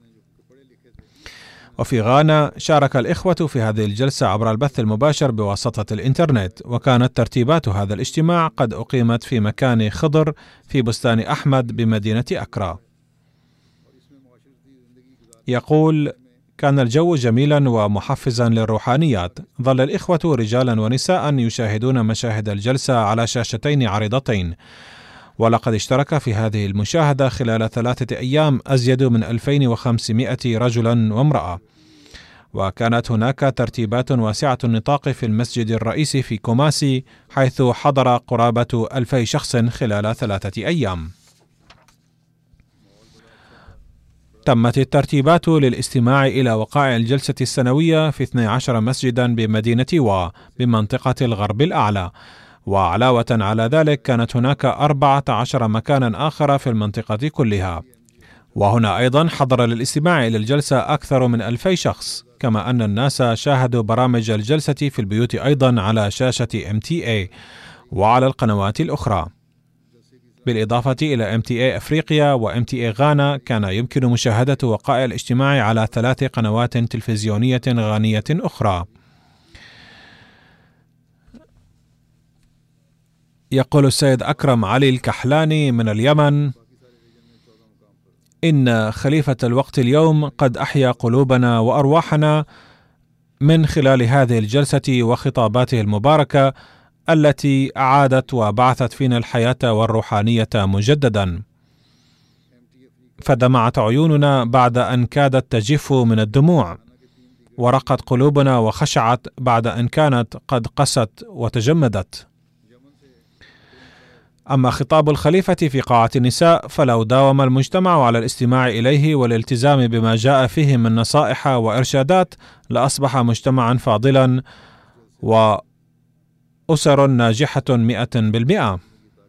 [SPEAKER 2] وفي غانا شارك الإخوة في هذه الجلسة عبر البث المباشر بواسطة الإنترنت، وكانت ترتيبات هذا الاجتماع قد أقيمت في مكان خضر في بستان أحمد بمدينة أكرا. يقول: كان الجو جميلا ومحفزا للروحانيات. ظل الإخوة رجالا ونساء يشاهدون مشاهد الجلسة على شاشتين عريضتين، ولقد اشترك في هذه المشاهدة خلال 3 أيام أزيد من 2500 رجلا وامرأة. وكانت هناك ترتيبات واسعة النطاق في المسجد الرئيسي في كوماسي، حيث حضر قرابة 2000 شخص خلال 3 أيام. تمت الترتيبات للاستماع إلى وقائع الجلسة السنوية في 12 مسجدا بمدينة وا بمنطقة الغرب الأعلى، وعلاوة على ذلك كانت هناك 14 مكانا آخر في المنطقة كلها. وهنا أيضا حضر للاستماع إلى الجلسة أكثر من 2000 شخص، كما أن الناس شاهدوا برامج الجلسة في البيوت أيضا على شاشة MTA وعلى القنوات الأخرى. بالإضافة إلى MTA أفريقيا و MTA غانا، كان يمكن مشاهدة وقائع الاجتماع على 3 قنوات تلفزيونية غانية أخرى. يقول السيد أكرم علي الكحلاني من اليمن: إن خليفة الوقت اليوم قد أحيا قلوبنا وأرواحنا من خلال هذه الجلسة وخطاباته المباركة التي أعادت وبعثت فينا الحياة والروحانية مجددا. فدمعت عيوننا بعد أن كادت تجف من الدموع، ورقت قلوبنا وخشعت بعد أن كانت قد قست وتجمدت. أما خطاب الخليفة في قاعة النساء، فلو داوم المجتمع على الاستماع إليه والالتزام بما جاء فيه من نصائح وإرشادات، لأصبح مجتمعا فاضلا وأسر ناجحة 100%.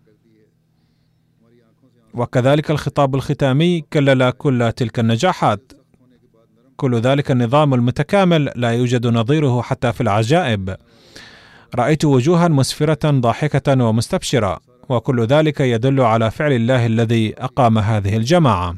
[SPEAKER 2] وكذلك الخطاب الختامي كلل كل تلك النجاحات. كل ذلك النظام المتكامل لا يوجد نظيره حتى في العجائب. رأيت وجوها مسفرة ضاحكة ومستبشرة، وكل ذلك يدل على فعل الله الذي أقام هذه الجماعة.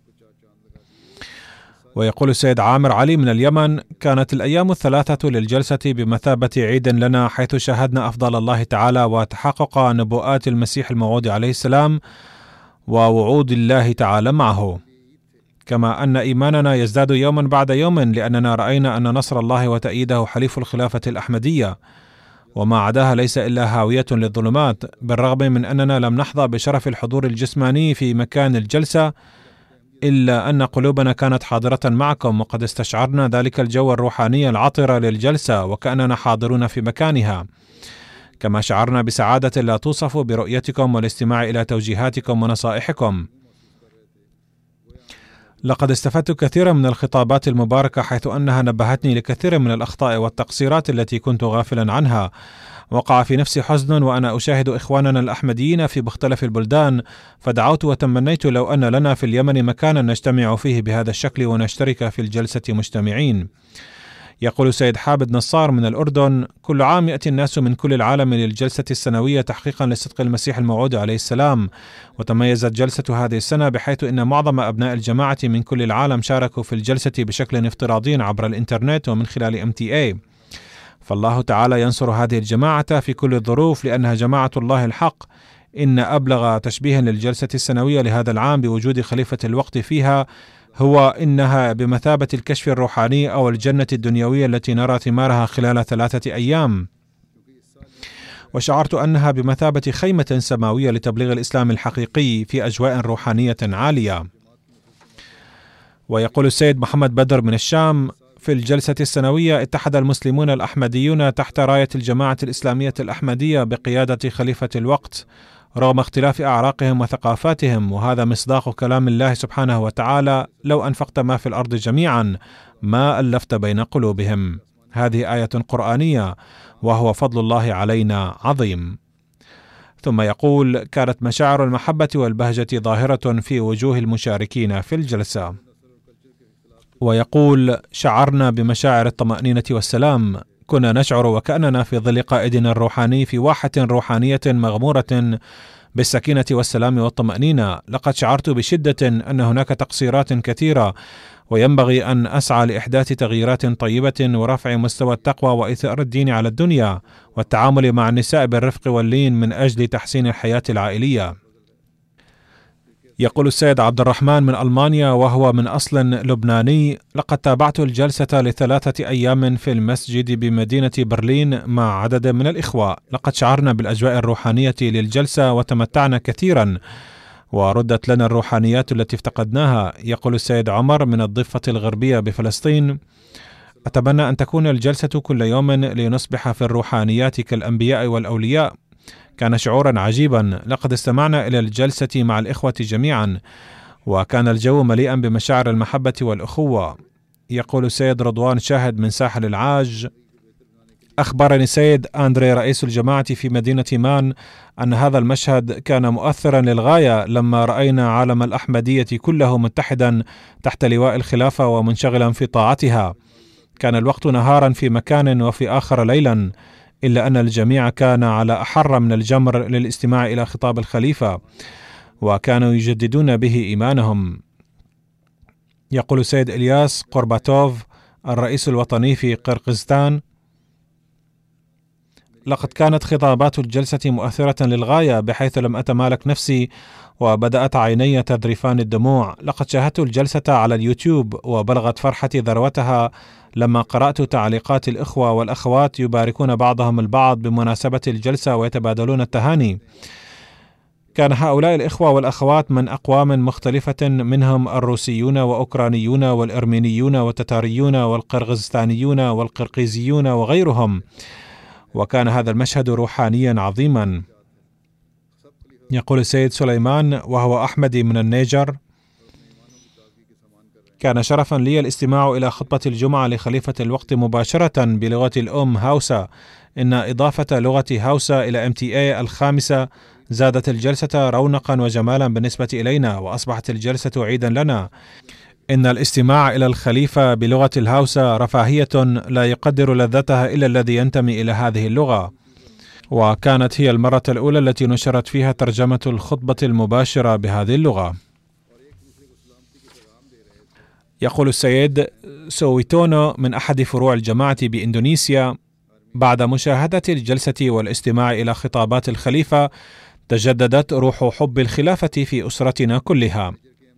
[SPEAKER 2] ويقول السيد عامر علي من اليمن: كانت الأيام 3 للجلسة بمثابة عيد لنا، حيث شاهدنا أفضل الله تعالى وتحقق نبوءات المسيح الموعود عليه السلام ووعود الله تعالى معه، كما أن إيماننا يزداد يوما بعد يوم، لأننا رأينا أن نصر الله وتأييده حليف الخلافة الأحمدية، وما عداها ليس إلا هاوية للظلمات. بالرغم من أننا لم نحظى بشرف الحضور الجسماني في مكان الجلسة، إلا أن قلوبنا كانت حاضرة معكم، وقد استشعرنا ذلك الجو الروحاني العطر للجلسة وكأننا حاضرون في مكانها. كما شعرنا بسعادة لا توصف برؤيتكم والاستماع إلى توجيهاتكم ونصائحكم. لقد استفدت كثيرا من الخطابات المباركة، حيث أنها نبهتني لكثير من الأخطاء والتقصيرات التي كنت غافلا عنها. وقع في نفسي حزن وأنا أشاهد إخواننا الأحمديين في مختلف البلدان، فدعوت وتمنيت لو أن لنا في اليمن مكانا نجتمع فيه بهذا الشكل ونشترك في الجلسة مجتمعين. يقول سيد حامد نصار من الأردن: كل عام يأتي الناس من كل العالم للجلسة السنوية تحقيقا لصدق المسيح الموعود عليه السلام. وتميزت جلسة هذه السنة بحيث أن معظم أبناء الجماعة من كل العالم شاركوا في الجلسة بشكل افتراضي عبر الإنترنت ومن خلال MTA. فالله تعالى ينصر هذه الجماعة في كل الظروف، لأنها جماعة الله الحق. إن أبلغ تشبيه للجلسة السنوية لهذا العام بوجود خليفة الوقت فيها هو إنها بمثابة الكشف الروحاني أو الجنة الدنيوية التي نرى ثمارها خلال 3 أيام. وشعرت أنها بمثابة خيمة سماوية لتبليغ الإسلام الحقيقي في أجواء روحانية عالية. ويقول السيد محمد بدر من الشام: في الجلسة السنوية اتحد المسلمون الأحمديون تحت راية الجماعة الإسلامية الأحمدية بقيادة خليفة الوقت رغم اختلاف أعراقهم وثقافاتهم، وهذا مصداق كلام الله سبحانه وتعالى: لو أنفقت ما في الأرض جميعا ما ألفت بين قلوبهم. هذه آية قرآنية، وهو فضل الله علينا عظيم. ثم يقول: كانت مشاعر المحبة والبهجة ظاهرة في وجوه المشاركين في الجلسة. ويقول: شعرنا بمشاعر الطمأنينة والسلام، كنا نشعر وكأننا في ظل قائدنا الروحاني في واحة روحانية مغمورة بالسكينة والسلام والطمأنينة. لقد شعرت بشدة أن هناك تقصيرات كثيرة، وينبغي أن أسعى لإحداث تغييرات طيبة ورفع مستوى التقوى وإثار الدين على الدنيا، والتعامل مع النساء بالرفق واللين من أجل تحسين الحياة العائلية. يقول السيد عبد الرحمن من ألمانيا وهو من أصل لبناني: لقد تابعت الجلسة ل3 أيام في المسجد بمدينة برلين مع عدد من الإخوة. لقد شعرنا بالأجواء الروحانية للجلسة وتمتعنا كثيرا وردت لنا الروحانيات التي افتقدناها. يقول السيد عمر من الضفة الغربية بفلسطين: أتمنى أن تكون الجلسة كل يوم لنصبح في الروحانيات كالأنبياء والأولياء. كان شعورا عجيبا. لقد استمعنا إلى الجلسة مع الإخوة جميعا وكان الجو مليئا بمشاعر المحبة والأخوة. يقول السيد رضوان شاهد من ساحل العاج: أخبرني السيد أندري رئيس الجماعة في مدينة مان أن هذا المشهد كان مؤثرا للغاية لما رأينا عالم الأحمدية كله متحدا تحت لواء الخلافة ومنشغلا في طاعتها. كان الوقت نهارا في مكان وفي آخر ليلا، إلا أن الجميع كان على أحر من الجمر للاستماع إلى خطاب الخليفة وكانوا يجددون به إيمانهم. يقول السيد إلياس قرباتوف الرئيس الوطني في قرقيزستان: لقد كانت خطابات الجلسة مؤثرة للغاية بحيث لم أتمالك نفسي وبدأت عيني تذرفان الدموع. لقد شاهدت الجلسة على اليوتيوب وبلغت فرحتي ذروتها لما قرأت تعليقات الإخوة والأخوات يباركون بعضهم البعض بمناسبة الجلسة ويتبادلون التهاني. كان هؤلاء الإخوة والأخوات من أقوام مختلفة، منهم الروسيون وأوكرانيون والأرمينيون والتتاريون والقرغيزستانيون والقرقيزيون وغيرهم، وكان هذا المشهد روحانيا عظيما. يقول السيد سليمان وهو أحمدي من النيجر: كان شرفا لي الاستماع إلى خطبة الجمعة لخليفة الوقت مباشرة بلغة الأم هاوسا. إن إضافة لغة هاوسا إلى MTA الخامسة زادت الجلسة رونقا وجمالا بالنسبة إلينا، وأصبحت الجلسة عيدا لنا. إن الاستماع إلى الخليفة بلغة الهاوسا رفاهية لا يقدر لذتها إلا الذي ينتمي إلى هذه اللغة، وكانت هي المرة الأولى التي نشرت فيها ترجمة الخطبة المباشرة بهذه اللغة. يقول السيد سويتونو من أحد فروع الجماعة بإندونيسيا: بعد مشاهدة الجلسة والاستماع إلى خطابات الخليفة تجددت روح حب الخلافة في أسرتنا كلها.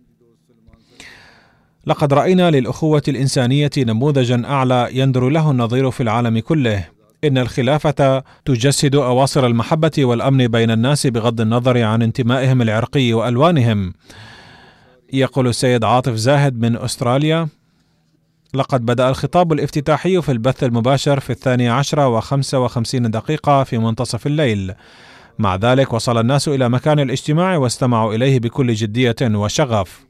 [SPEAKER 2] لقد رأينا للأخوة الإنسانية نموذجا أعلى يندر له النظير في العالم كله. إن الخلافة تجسد أواصر المحبة والأمن بين الناس بغض النظر عن انتمائهم العرقي وألوانهم. يقول السيد عاطف زاهد من أستراليا: لقد بدأ الخطاب الافتتاحي في البث المباشر في 12:55 في منتصف الليل. مع ذلك وصل الناس إلى مكان الاجتماع واستمعوا إليه بكل جدية وشغف.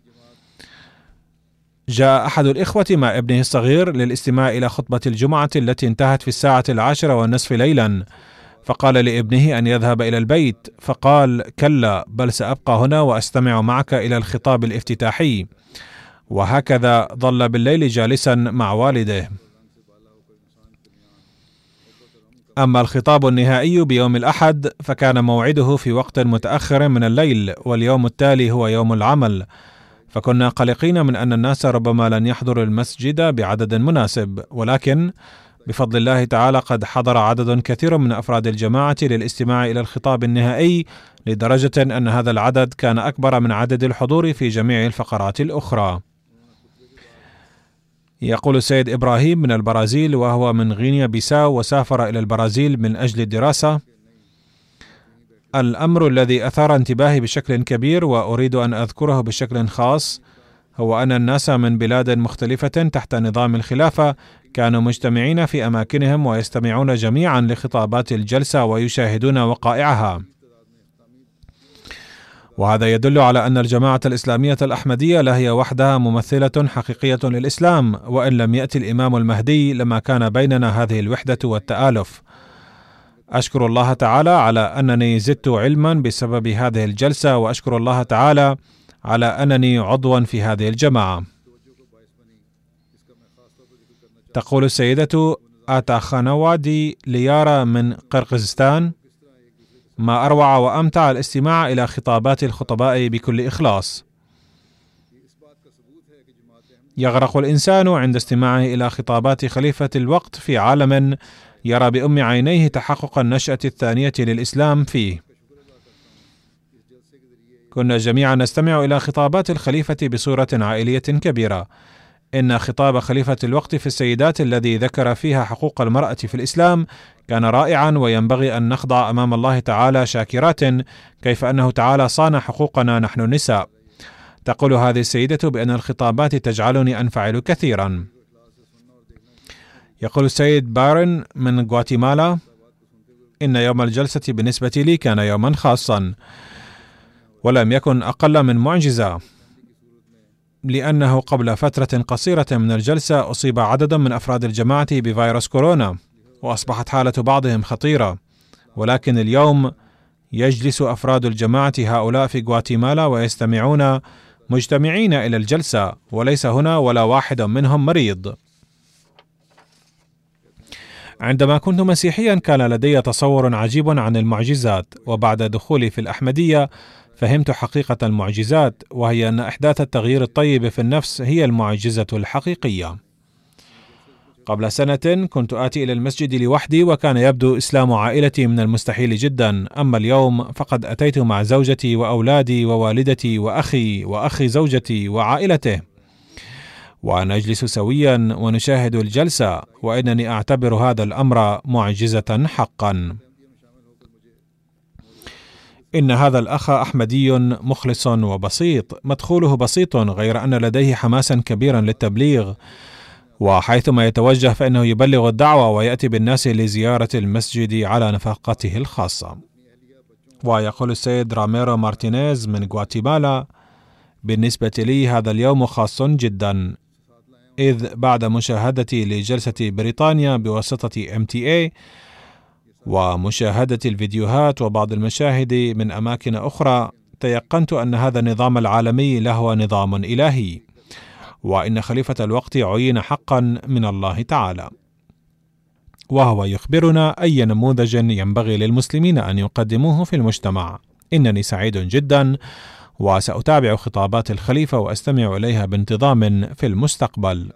[SPEAKER 2] جاء أحد الإخوة مع ابنه الصغير للاستماع إلى خطبة الجمعة التي انتهت في 10:10 ليلا، فقال لابنه أن يذهب إلى البيت، فقال: كلا، بل سأبقى هنا وأستمع معك إلى الخطاب الافتتاحي. وهكذا ظل بالليل جالسا مع والده. أما الخطاب النهائي بيوم الأحد فكان موعده في وقت متأخر من الليل، واليوم التالي هو يوم العمل، فكنا قلقين من أن الناس ربما لن يحضروا المسجد بعدد مناسب، ولكن بفضل الله تعالى قد حضر عدد كثير من أفراد الجماعة للاستماع إلى الخطاب النهائي، لدرجة أن هذا العدد كان أكبر من عدد الحضور في جميع الفقرات الأخرى. يقول السيد إبراهيم من البرازيل وهو من غينيا بيساو وسافر إلى البرازيل من أجل الدراسة: الأمر الذي أثار انتباهي بشكل كبير وأريد أن أذكره بشكل خاص هو أن الناس من بلاد مختلفة تحت نظام الخلافة كانوا مجتمعين في أماكنهم ويستمعون جميعا لخطابات الجلسة ويشاهدون وقائعها، وهذا يدل على أن الجماعة الإسلامية الأحمدية لا هي وحدها ممثلة حقيقية للإسلام، وإن لم يأتي الإمام المهدي لما كان بيننا هذه الوحدة والتآلف. أشكر الله تعالى على أنني زدت علما بسبب هذه الجلسة، وأشكر الله تعالى على أنني عضوا في هذه الجماعة. تقول السيدة آتاخانوادي ليارا من قرقيزستان: ما أروع وأمتع الاستماع إلى خطابات الخطباء بكل إخلاص. يغرق الإنسان عند استماعه إلى خطابات خليفة الوقت في عالم يرى بأم عينيه تحقق النشأة الثانية للإسلام فيه. كنا جميعا نستمع إلى خطابات الخليفة بصورة عائلية كبيرة. إن خطاب خليفة الوقت في السيدات الذي ذكر فيها حقوق المرأة في الإسلام كان رائعا، وينبغي أن نخضع أمام الله تعالى شاكرات كيف أنه تعالى صان حقوقنا نحن النساء. تقول هذه السيدة بأن الخطابات تجعلني أنفعل كثيرا. يقول السيد بارن من غواتيمالا: إن يوم الجلسة بالنسبة لي كان يوما خاصا، ولم يكن أقل من معجزة، لأنه قبل فترة قصيرة من الجلسة أصيب عدد من أفراد الجماعة بفيروس كورونا، وأصبحت حالة بعضهم خطيرة، ولكن اليوم يجلس أفراد الجماعة هؤلاء في غواتيمالا ويستمعون مجتمعين إلى الجلسة، وليس هنا ولا واحد منهم مريض. عندما كنت مسيحيا كان لدي تصور عجيب عن المعجزات، وبعد دخولي في الأحمدية فهمت حقيقة المعجزات، وهي أن إحداث التغيير الطيب في النفس هي المعجزة الحقيقية. قبل سنة كنت آتي إلى المسجد لوحدي، وكان يبدو إسلام عائلتي من المستحيل جدا، أما اليوم فقد أتيت مع زوجتي وأولادي ووالدتي وأخي وأخي زوجتي وعائلته، ونجلس سويا ونشاهد الجلسة، وإنني أعتبر هذا الأمر معجزة حقا. إن هذا الأخ أحمدي مخلص وبسيط، مدخوله بسيط، غير أن لديه حماسا كبيرا للتبليغ، وحيثما يتوجه فإنه يبلغ الدعوة ويأتي بالناس لزيارة المسجد على نفقته الخاصة. ويقول السيد راميرو مارتينيز من غواتيمالا: بالنسبة لي هذا اليوم خاص جدا، إذ بعد مشاهدتي لجلسة بريطانيا بواسطة MTA ومشاهدة الفيديوهات وبعض المشاهد من أماكن أخرى، تيقنت أن هذا النظام العالمي لهو نظام إلهي، وإن خليفة الوقت عين حقا من الله تعالى، وهو يخبرنا أي نموذج ينبغي للمسلمين أن يقدموه في المجتمع. إنني سعيد جدا، وسأتابع خطابات الخليفة وأستمع إليها بانتظام في المستقبل.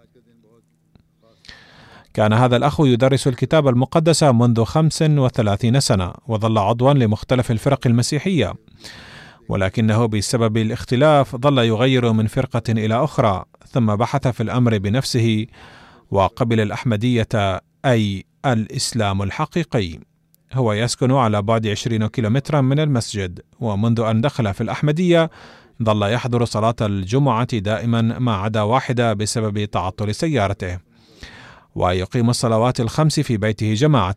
[SPEAKER 2] كان هذا الأخ يدرس الكتاب المقدس منذ 35 سنة، وظل عضوا لمختلف الفرق المسيحية، ولكنه بسبب الاختلاف ظل يغير من فرقة إلى أخرى، ثم بحث في الأمر بنفسه وقبل الأحمدية، أي الإسلام الحقيقي. هو يسكن على بعد 20 كيلومترا من المسجد، ومنذ أن دخل في الأحمدية ظل يحضر صلاة الجمعة دائما ما عدا واحدة بسبب تعطل سيارته، ويقيم الصلوات الخمس في بيته جماعة.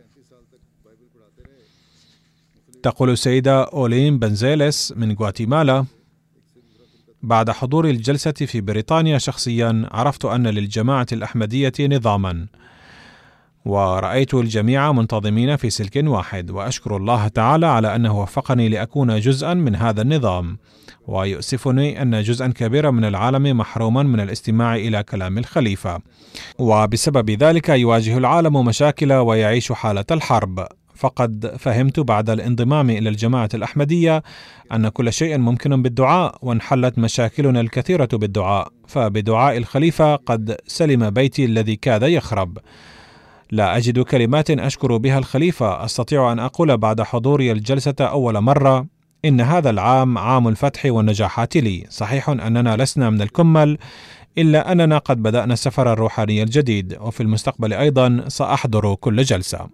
[SPEAKER 2] تقول السيدة أولين بنزيلس من غواتيمالا: بعد حضور الجلسة في بريطانيا شخصيا عرفت أن للجماعة الأحمدية نظاما، ورأيت الجميع منتظمين في سلك واحد، وأشكر الله تعالى على أنه وفقني لأكون جزءا من هذا النظام، ويؤسفني أن جزءا كبيرا من العالم محروما من الاستماع إلى كلام الخليفة، وبسبب ذلك يواجه العالم مشاكل ويعيش حالة الحرب. فقد فهمت بعد الانضمام إلى الجماعة الأحمدية أن كل شيء ممكن بالدعاء، وانحلت مشاكلنا الكثيرة بالدعاء، فبدعاء الخليفة قد سلم بيتي الذي كاد يخرب. لا أجد كلمات أشكر بها الخليفة. أستطيع أن أقول بعد حضوري الجلسة أول مرة: إن هذا العام عام الفتح والنجاحات لي. صحيح أننا لسنا من الكمل، إلا أننا قد بدأنا السفر الروحاني الجديد، وفي المستقبل أيضا سأحضر كل جلسة.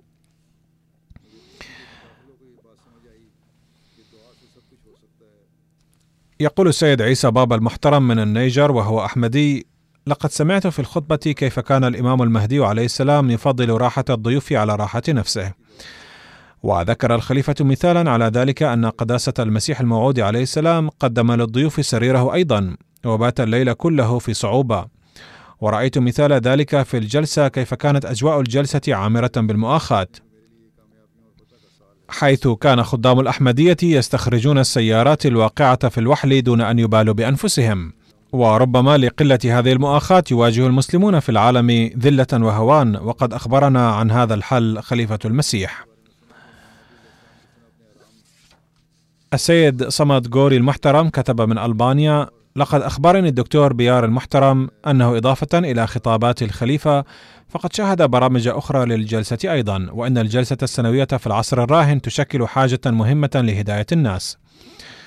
[SPEAKER 2] يقول السيد عيسى بابا المحترم من النيجر وهو أحمدي: لقد سمعت في الخطبة كيف كان الإمام المهدي عليه السلام يفضل راحة الضيوف على راحة نفسه، وذكر الخليفة مثالا على ذلك أن قداسة المسيح الموعود عليه السلام قدم للضيوف سريره أيضا، وبات الليل كله في صعوبة. ورأيت مثال ذلك في الجلسة، كيف كانت أجواء الجلسة عامرة بالمؤاخاة، حيث كان خدام الأحمدية يستخرجون السيارات الواقعة في الوحل دون أن يبالوا بأنفسهم. وربما لقلة هذه المؤاخاة يواجه المسلمون في العالم ذلة وهوان، وقد أخبرنا عن هذا الحل خليفة المسيح. السيد صمد غوري المحترم كتب من ألبانيا: لقد أخبرني الدكتور بيار المحترم أنه إضافة إلى خطابات الخليفة فقد شاهد برامج أخرى للجلسة أيضا، وأن الجلسة السنوية في العصر الراهن تشكل حاجة مهمة لهداية الناس.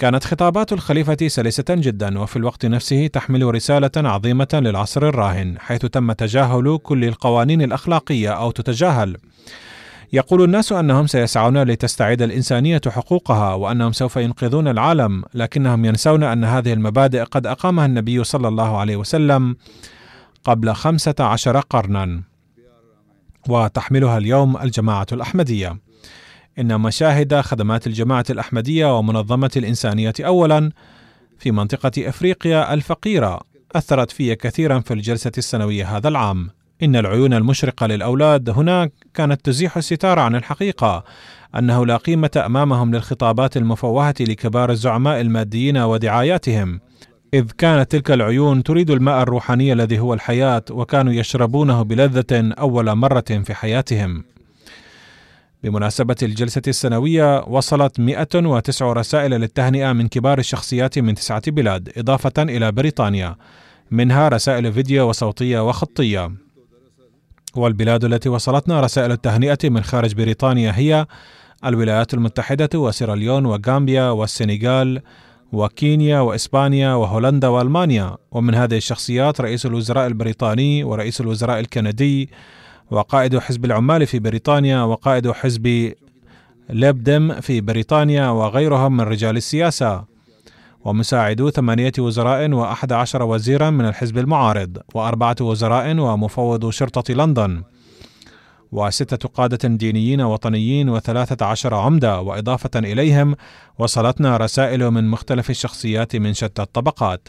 [SPEAKER 2] كانت خطابات الخليفة سلسة جدا، وفي الوقت نفسه تحمل رسالة عظيمة للعصر الراهن، حيث تم تجاهل كل القوانين الأخلاقية أو تتجاهل. يقول الناس أنهم سيسعون لتستعيد الإنسانية حقوقها، وأنهم سوف ينقذون العالم، لكنهم ينسون أن هذه المبادئ قد أقامها النبي صلى الله عليه وسلم قبل 15 قرنا، وتحملها اليوم الجماعة الأحمدية. إن مشاهد خدمات الجماعة الأحمدية ومنظمة الإنسانية أولا في منطقة أفريقيا الفقيرة أثرت في كثيرا في الجلسة السنوية هذا العام. إن العيون المشرقة للأولاد هناك كانت تزيح الستار عن الحقيقة أنه لا قيمة أمامهم للخطابات المفوهة لكبار الزعماء الماديين ودعاياتهم، إذ كانت تلك العيون تريد الماء الروحاني الذي هو الحياة، وكانوا يشربونه بلذة أول مرة في حياتهم. بمناسبة الجلسة السنوية وصلت 109 رسائل للتهنئة من كبار الشخصيات من 9 بلاد إضافة إلى بريطانيا، منها رسائل فيديو وصوتية وخطية. والبلاد التي وصلتنا رسائل التهنئة من خارج بريطانيا هي الولايات المتحدة وسيراليون وغامبيا والسنغال وكينيا وإسبانيا وهولندا وألمانيا. ومن هذه الشخصيات رئيس الوزراء البريطاني ورئيس الوزراء الكندي وقائد حزب العمال في بريطانيا وقائد حزب ليبدم في بريطانيا وغيرهم من رجال السياسة، ومساعدو 8 وزراء و11 وزيرا من الحزب المعارض، و4 وزراء ومفوض شرطة لندن، و6 قادة دينيين وطنيين و13 عمدة. وإضافة إليهم وصلتنا رسائل من مختلف الشخصيات من شتى الطبقات.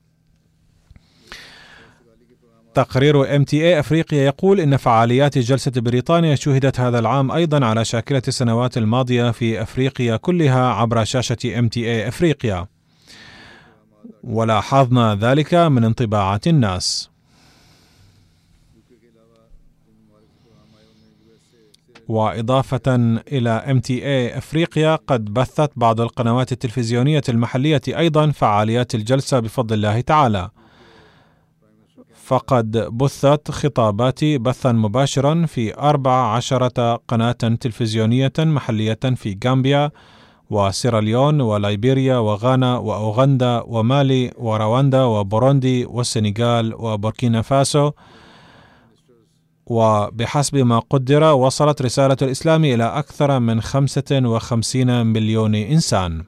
[SPEAKER 2] تقرير MTA أفريقيا يقول إن فعاليات جلسة بريطانيا شهدت هذا العام أيضا على شاكلة السنوات الماضية في أفريقيا كلها عبر شاشة MTA أفريقيا، ولاحظنا ذلك من انطباعات الناس. وإضافة إلى MTA أفريقيا قد بثت بعض القنوات التلفزيونية المحلية أيضا فعاليات الجلسة بفضل الله تعالى، فقد بثت خطابات بثا مباشرا في 14 قناة تلفزيونية محلية في غامبيا وسيراليون وليبيريا وغانا وأوغندا ومالي ورواندا وبوروندي والسنغال وبوركينا فاسو. وبحسب ما قدر وصلت رسالة الإسلام إلى أكثر من 55 مليون إنسان.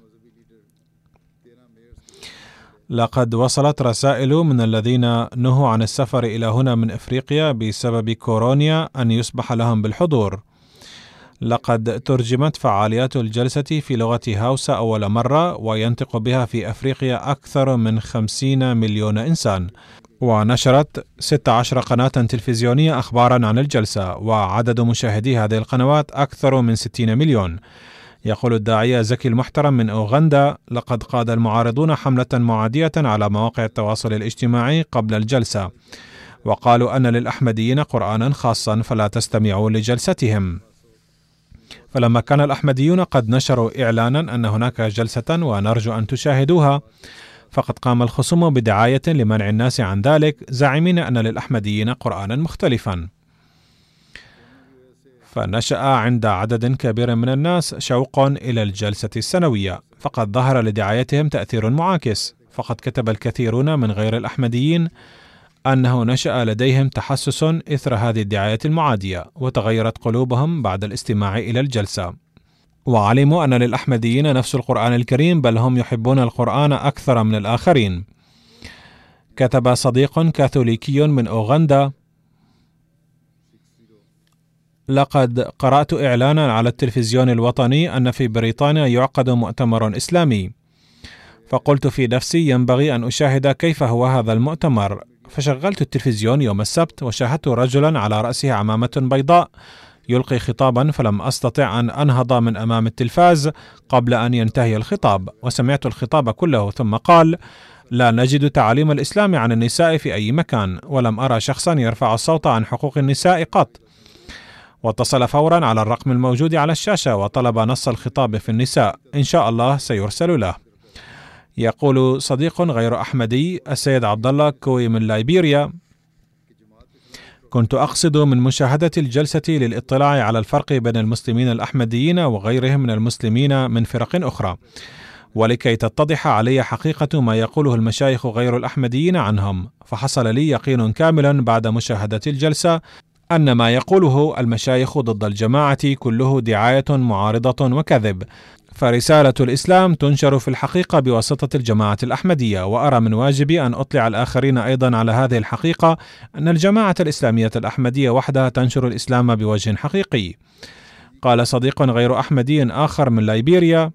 [SPEAKER 2] لقد وصلت رسائل من الذين نهوا عن السفر إلى هنا من إفريقيا بسبب كورونا أن يسمح لهم بالحضور. لقد ترجمت فعاليات الجلسة في لغة هاوسا أول مرة، وينطق بها في أفريقيا أكثر من 50 مليون إنسان. ونشرت 16 قناة تلفزيونية أخبارا عن الجلسة، وعدد مشاهدي هذه القنوات أكثر من 60 مليون. يقول الداعية زكي المحترم من أوغندا: لقد قاد المعارضون حملة معادية على مواقع التواصل الاجتماعي قبل الجلسة، وقالوا أن للأحمديين قرآنا خاصا فلا تستمعوا لجلستهم. فلما كان الأحمديون قد نشروا إعلانا أن هناك جلسة ونرجو أن تشاهدوها، فقد قام الخصوم بدعاية لمنع الناس عن ذلك، زاعمين أن للأحمديين قرآنا مختلفا. فنشأ عند عدد كبير من الناس شوق إلى الجلسة السنوية، فقد ظهر لدعايتهم تأثير معاكس. فقد كتب الكثيرون من غير الأحمديين أنه نشأ لديهم تحسس إثر هذه الدعاية المعادية، وتغيرت قلوبهم بعد الاستماع إلى الجلسة، وعلموا أن للأحمديين نفس القرآن الكريم، بل هم يحبون القرآن أكثر من الآخرين. كتب صديق كاثوليكي من أوغندا: لقد قرأت إعلانا على التلفزيون الوطني أن في بريطانيا يعقد مؤتمر إسلامي، فقلت في نفسي ينبغي أن أشاهد كيف هو هذا المؤتمر. فشغلت التلفزيون يوم السبت وشاهدت رجلا على رأسه عمامة بيضاء يلقي خطابا، فلم أستطع أن أنهض من أمام التلفاز قبل أن ينتهي الخطاب، وسمعت الخطاب كله، ثم قال: لا نجد تعاليم الإسلام عن النساء في أي مكان، ولم أرى شخصا يرفع الصوت عن حقوق النساء قط. واتصل فورا على الرقم الموجود على الشاشة وطلب نص الخطاب في النساء، إن شاء الله سيرسل له. يقول صديق غير أحمدي السيد عبد الله كوي من ليبيريا: كنت أقصد من مشاهدة الجلسة للاطلاع على الفرق بين المسلمين الأحمديين وغيرهم من المسلمين من فرق أخرى، ولكي تتضح علي حقيقة ما يقوله المشايخ غير الأحمديين عنهم، فحصل لي يقين كامل بعد مشاهدة الجلسة أن ما يقوله المشايخ ضد الجماعة كله دعاية معارضة وكذب، فرسالة الإسلام تنشر في الحقيقة بواسطة الجماعة الأحمدية. وأرى من واجبي أن أطلع الآخرين أيضا على هذه الحقيقة، أن الجماعة الإسلامية الأحمدية وحدها تنشر الإسلام بوجه حقيقي. قال صديق غير أحمدي آخر من ليبيريا: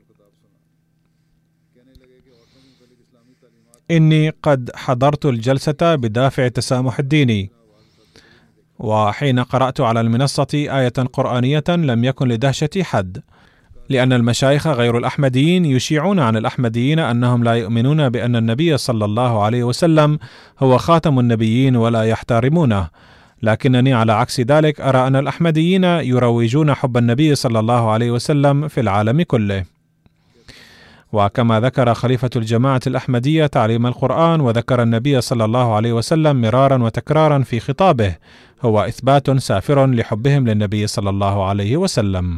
[SPEAKER 2] إني قد حضرت الجلسة بدافع التسامح الديني، وحين قرأت على المنصة آية قرآنية لم يكن لدهشتي حد، لأن المشايخ غير الأحمديين يشيعون عن الأحمديين أنهم لا يؤمنون بأن النبي صلى الله عليه وسلم هو خاتم النبيين ولا يحترمونه، لكنني على عكس ذلك أرى أن الأحمديين يروجون حب النبي صلى الله عليه وسلم في العالم كله. وكما ذكر خليفة الجماعة الأحمدية تعليم القرآن وذكر النبي صلى الله عليه وسلم مرارا وتكرارا في خطابه، هو إثبات سافر لحبهم للنبي صلى الله عليه وسلم.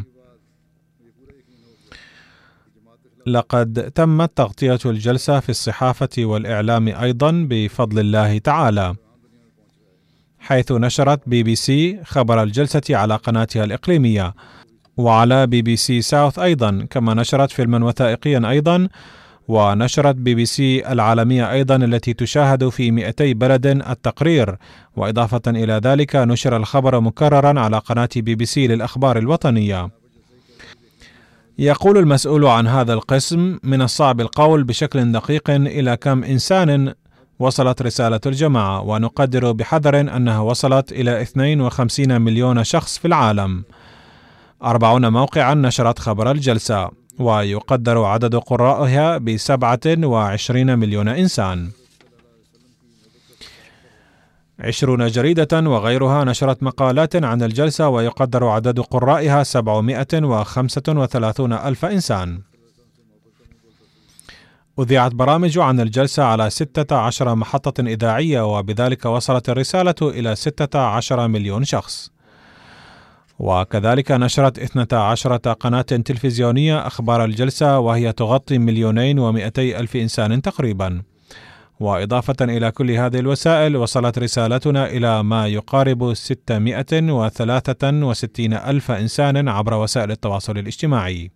[SPEAKER 2] لقد تمت تغطية الجلسة في الصحافة والإعلام أيضا بفضل الله تعالى، حيث نشرت BBC خبر الجلسة على قناتها الإقليمية، وعلى BBC ساوث أيضا، كما نشرت فيلما وثائقيا أيضا، ونشرت BBC العالمية أيضا التي تشاهد في 200 بلد التقرير. وإضافة إلى ذلك نشر الخبر مكررا على قناة BBC للأخبار الوطنية. يقول المسؤول عن هذا القسم: من الصعب القول بشكل دقيق إلى كم إنسان وصلت رسالة الجماعة، ونقدر بحذر أنها وصلت إلى 52 مليون شخص في العالم. 40 موقعا نشرت خبر الجلسة، ويقدر عدد قرائها ب27 مليون إنسان. 20 جريدة وغيرها نشرت مقالات عن الجلسة، ويقدر عدد قرائها 735 ألف إنسان. أذيعت برامج عن الجلسة على 16 محطة إذاعية، وبذلك وصلت الرسالة إلى 16 مليون شخص. وكذلك نشرت 12 قناة تلفزيونية أخبار الجلسة، وهي تغطي 2,200,000 إنسان تقريبا. وإضافة إلى كل هذه الوسائل وصلت رسالتنا إلى ما يقارب 663 ألف إنسان عبر وسائل التواصل الاجتماعي.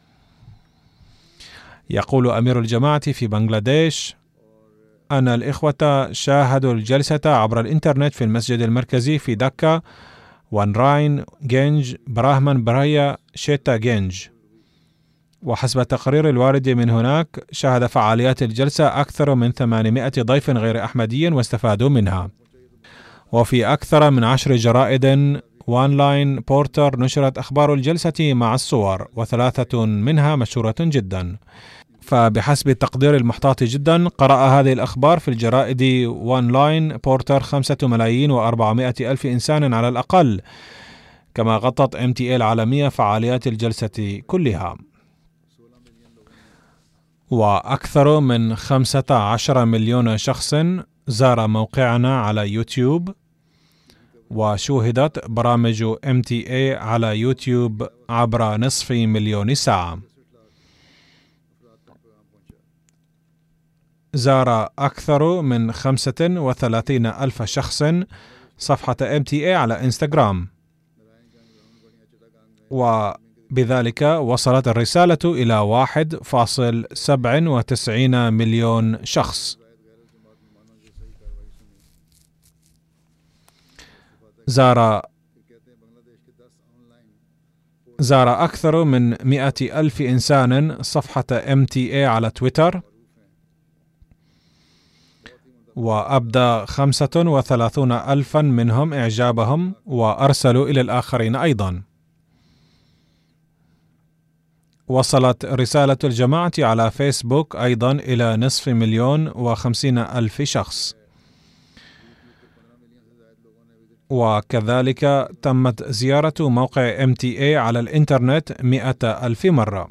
[SPEAKER 2] يقول أمير الجماعة في بنغلاديش أن الإخوة شاهدوا الجلسة عبر الإنترنت في المسجد المركزي في دكا، وانراين جينج براهمان برايا شيتا جينج. وحسب تقرير الوارد من هناك، شاهد فعاليات الجلسة أكثر من 800 ضيف غير أحمدي واستفادوا منها. وفي أكثر من 10 جرائد وانلاين بورتر نشرت أخبار الجلسة مع الصور، و3 منها مشهورة جدا. فبحسب التقدير المحتاط جدا، قرأ هذه الأخبار في الجرائد وانلاين بورتر 5,400,000 إنسان على الأقل. كما غطت MTA العالمية فعاليات الجلسة كلها. وأكثر من 15 مليون شخص زار موقعنا على يوتيوب، وشوهدت برامج MTA على يوتيوب عبر 500,000 ساعة. زار أكثر من 35 ألف شخص صفحة MTA على إنستغرام، وبذلك وصلت الرسالة إلى 1.97 مليون شخص. زار أكثر من 100,000 إنسان صفحة MTA على تويتر، وأبدى 35 ألفا منهم إعجابهم وأرسلوا إلى الآخرين أيضا. وصلت رسالة الجماعة على فيسبوك أيضا إلى 550,000 شخص، وكذلك تمت زيارة موقع MTA على الإنترنت 100,000 مرة.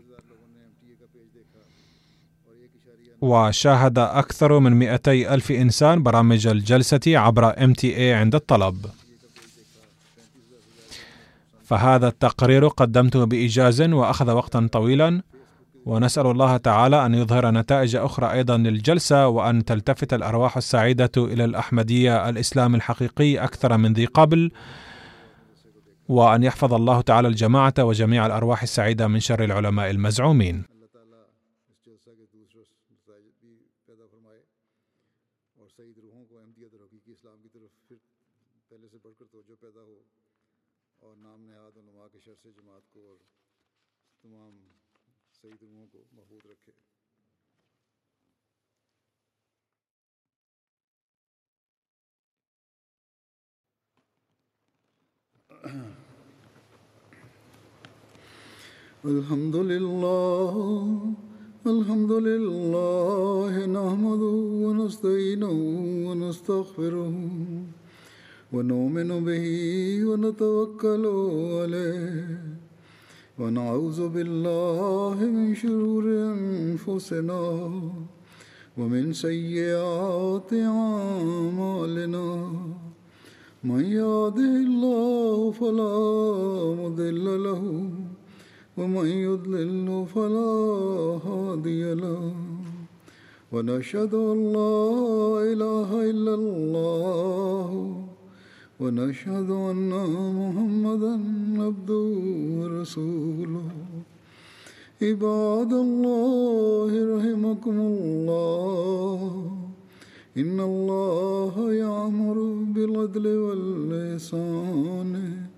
[SPEAKER 2] وشاهد أكثر من 200,000 إنسان برامج الجلسة عبر MTA عند الطلب. فهذا التقرير قدمته بإيجاز وأخذ وقتا طويلا، ونسأل الله تعالى أن يظهر نتائج أخرى أيضا للجلسة، وأن تلتفت الأرواح السعيدة إلى الأحمدية الإسلام الحقيقي أكثر من ذي قبل، وأن يحفظ الله تعالى الجماعة وجميع الأرواح السعيدة من شر العلماء المزعومين.
[SPEAKER 1] الحمد لله نحمده ونستعينه ونستغفره ونؤمن به ونتوكل عليه ونعوذ بالله من شرور أنفسنا ومن سيئات أعمالنا. من يهده الله فلا مضل له ومن يضلل فلا هادي له. ونشهد أن لا إله إلا الله ونشهد أن محمدا عبده ورسوله. عباد الله رحمكم الله، إن الله يأمر بالعدل والإحسان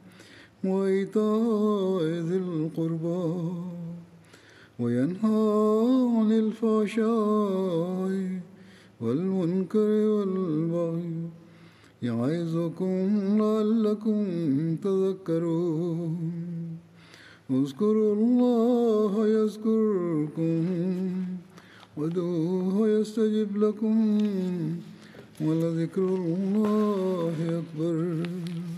[SPEAKER 1] وإيتاء ذي القربى وينهى عن الفحشاء والمنكر والبغي يعظكم لعلكم تذكرون. اذكروا الله يذكركم وادعوه يستجب لكم ولذكر الله أكبر.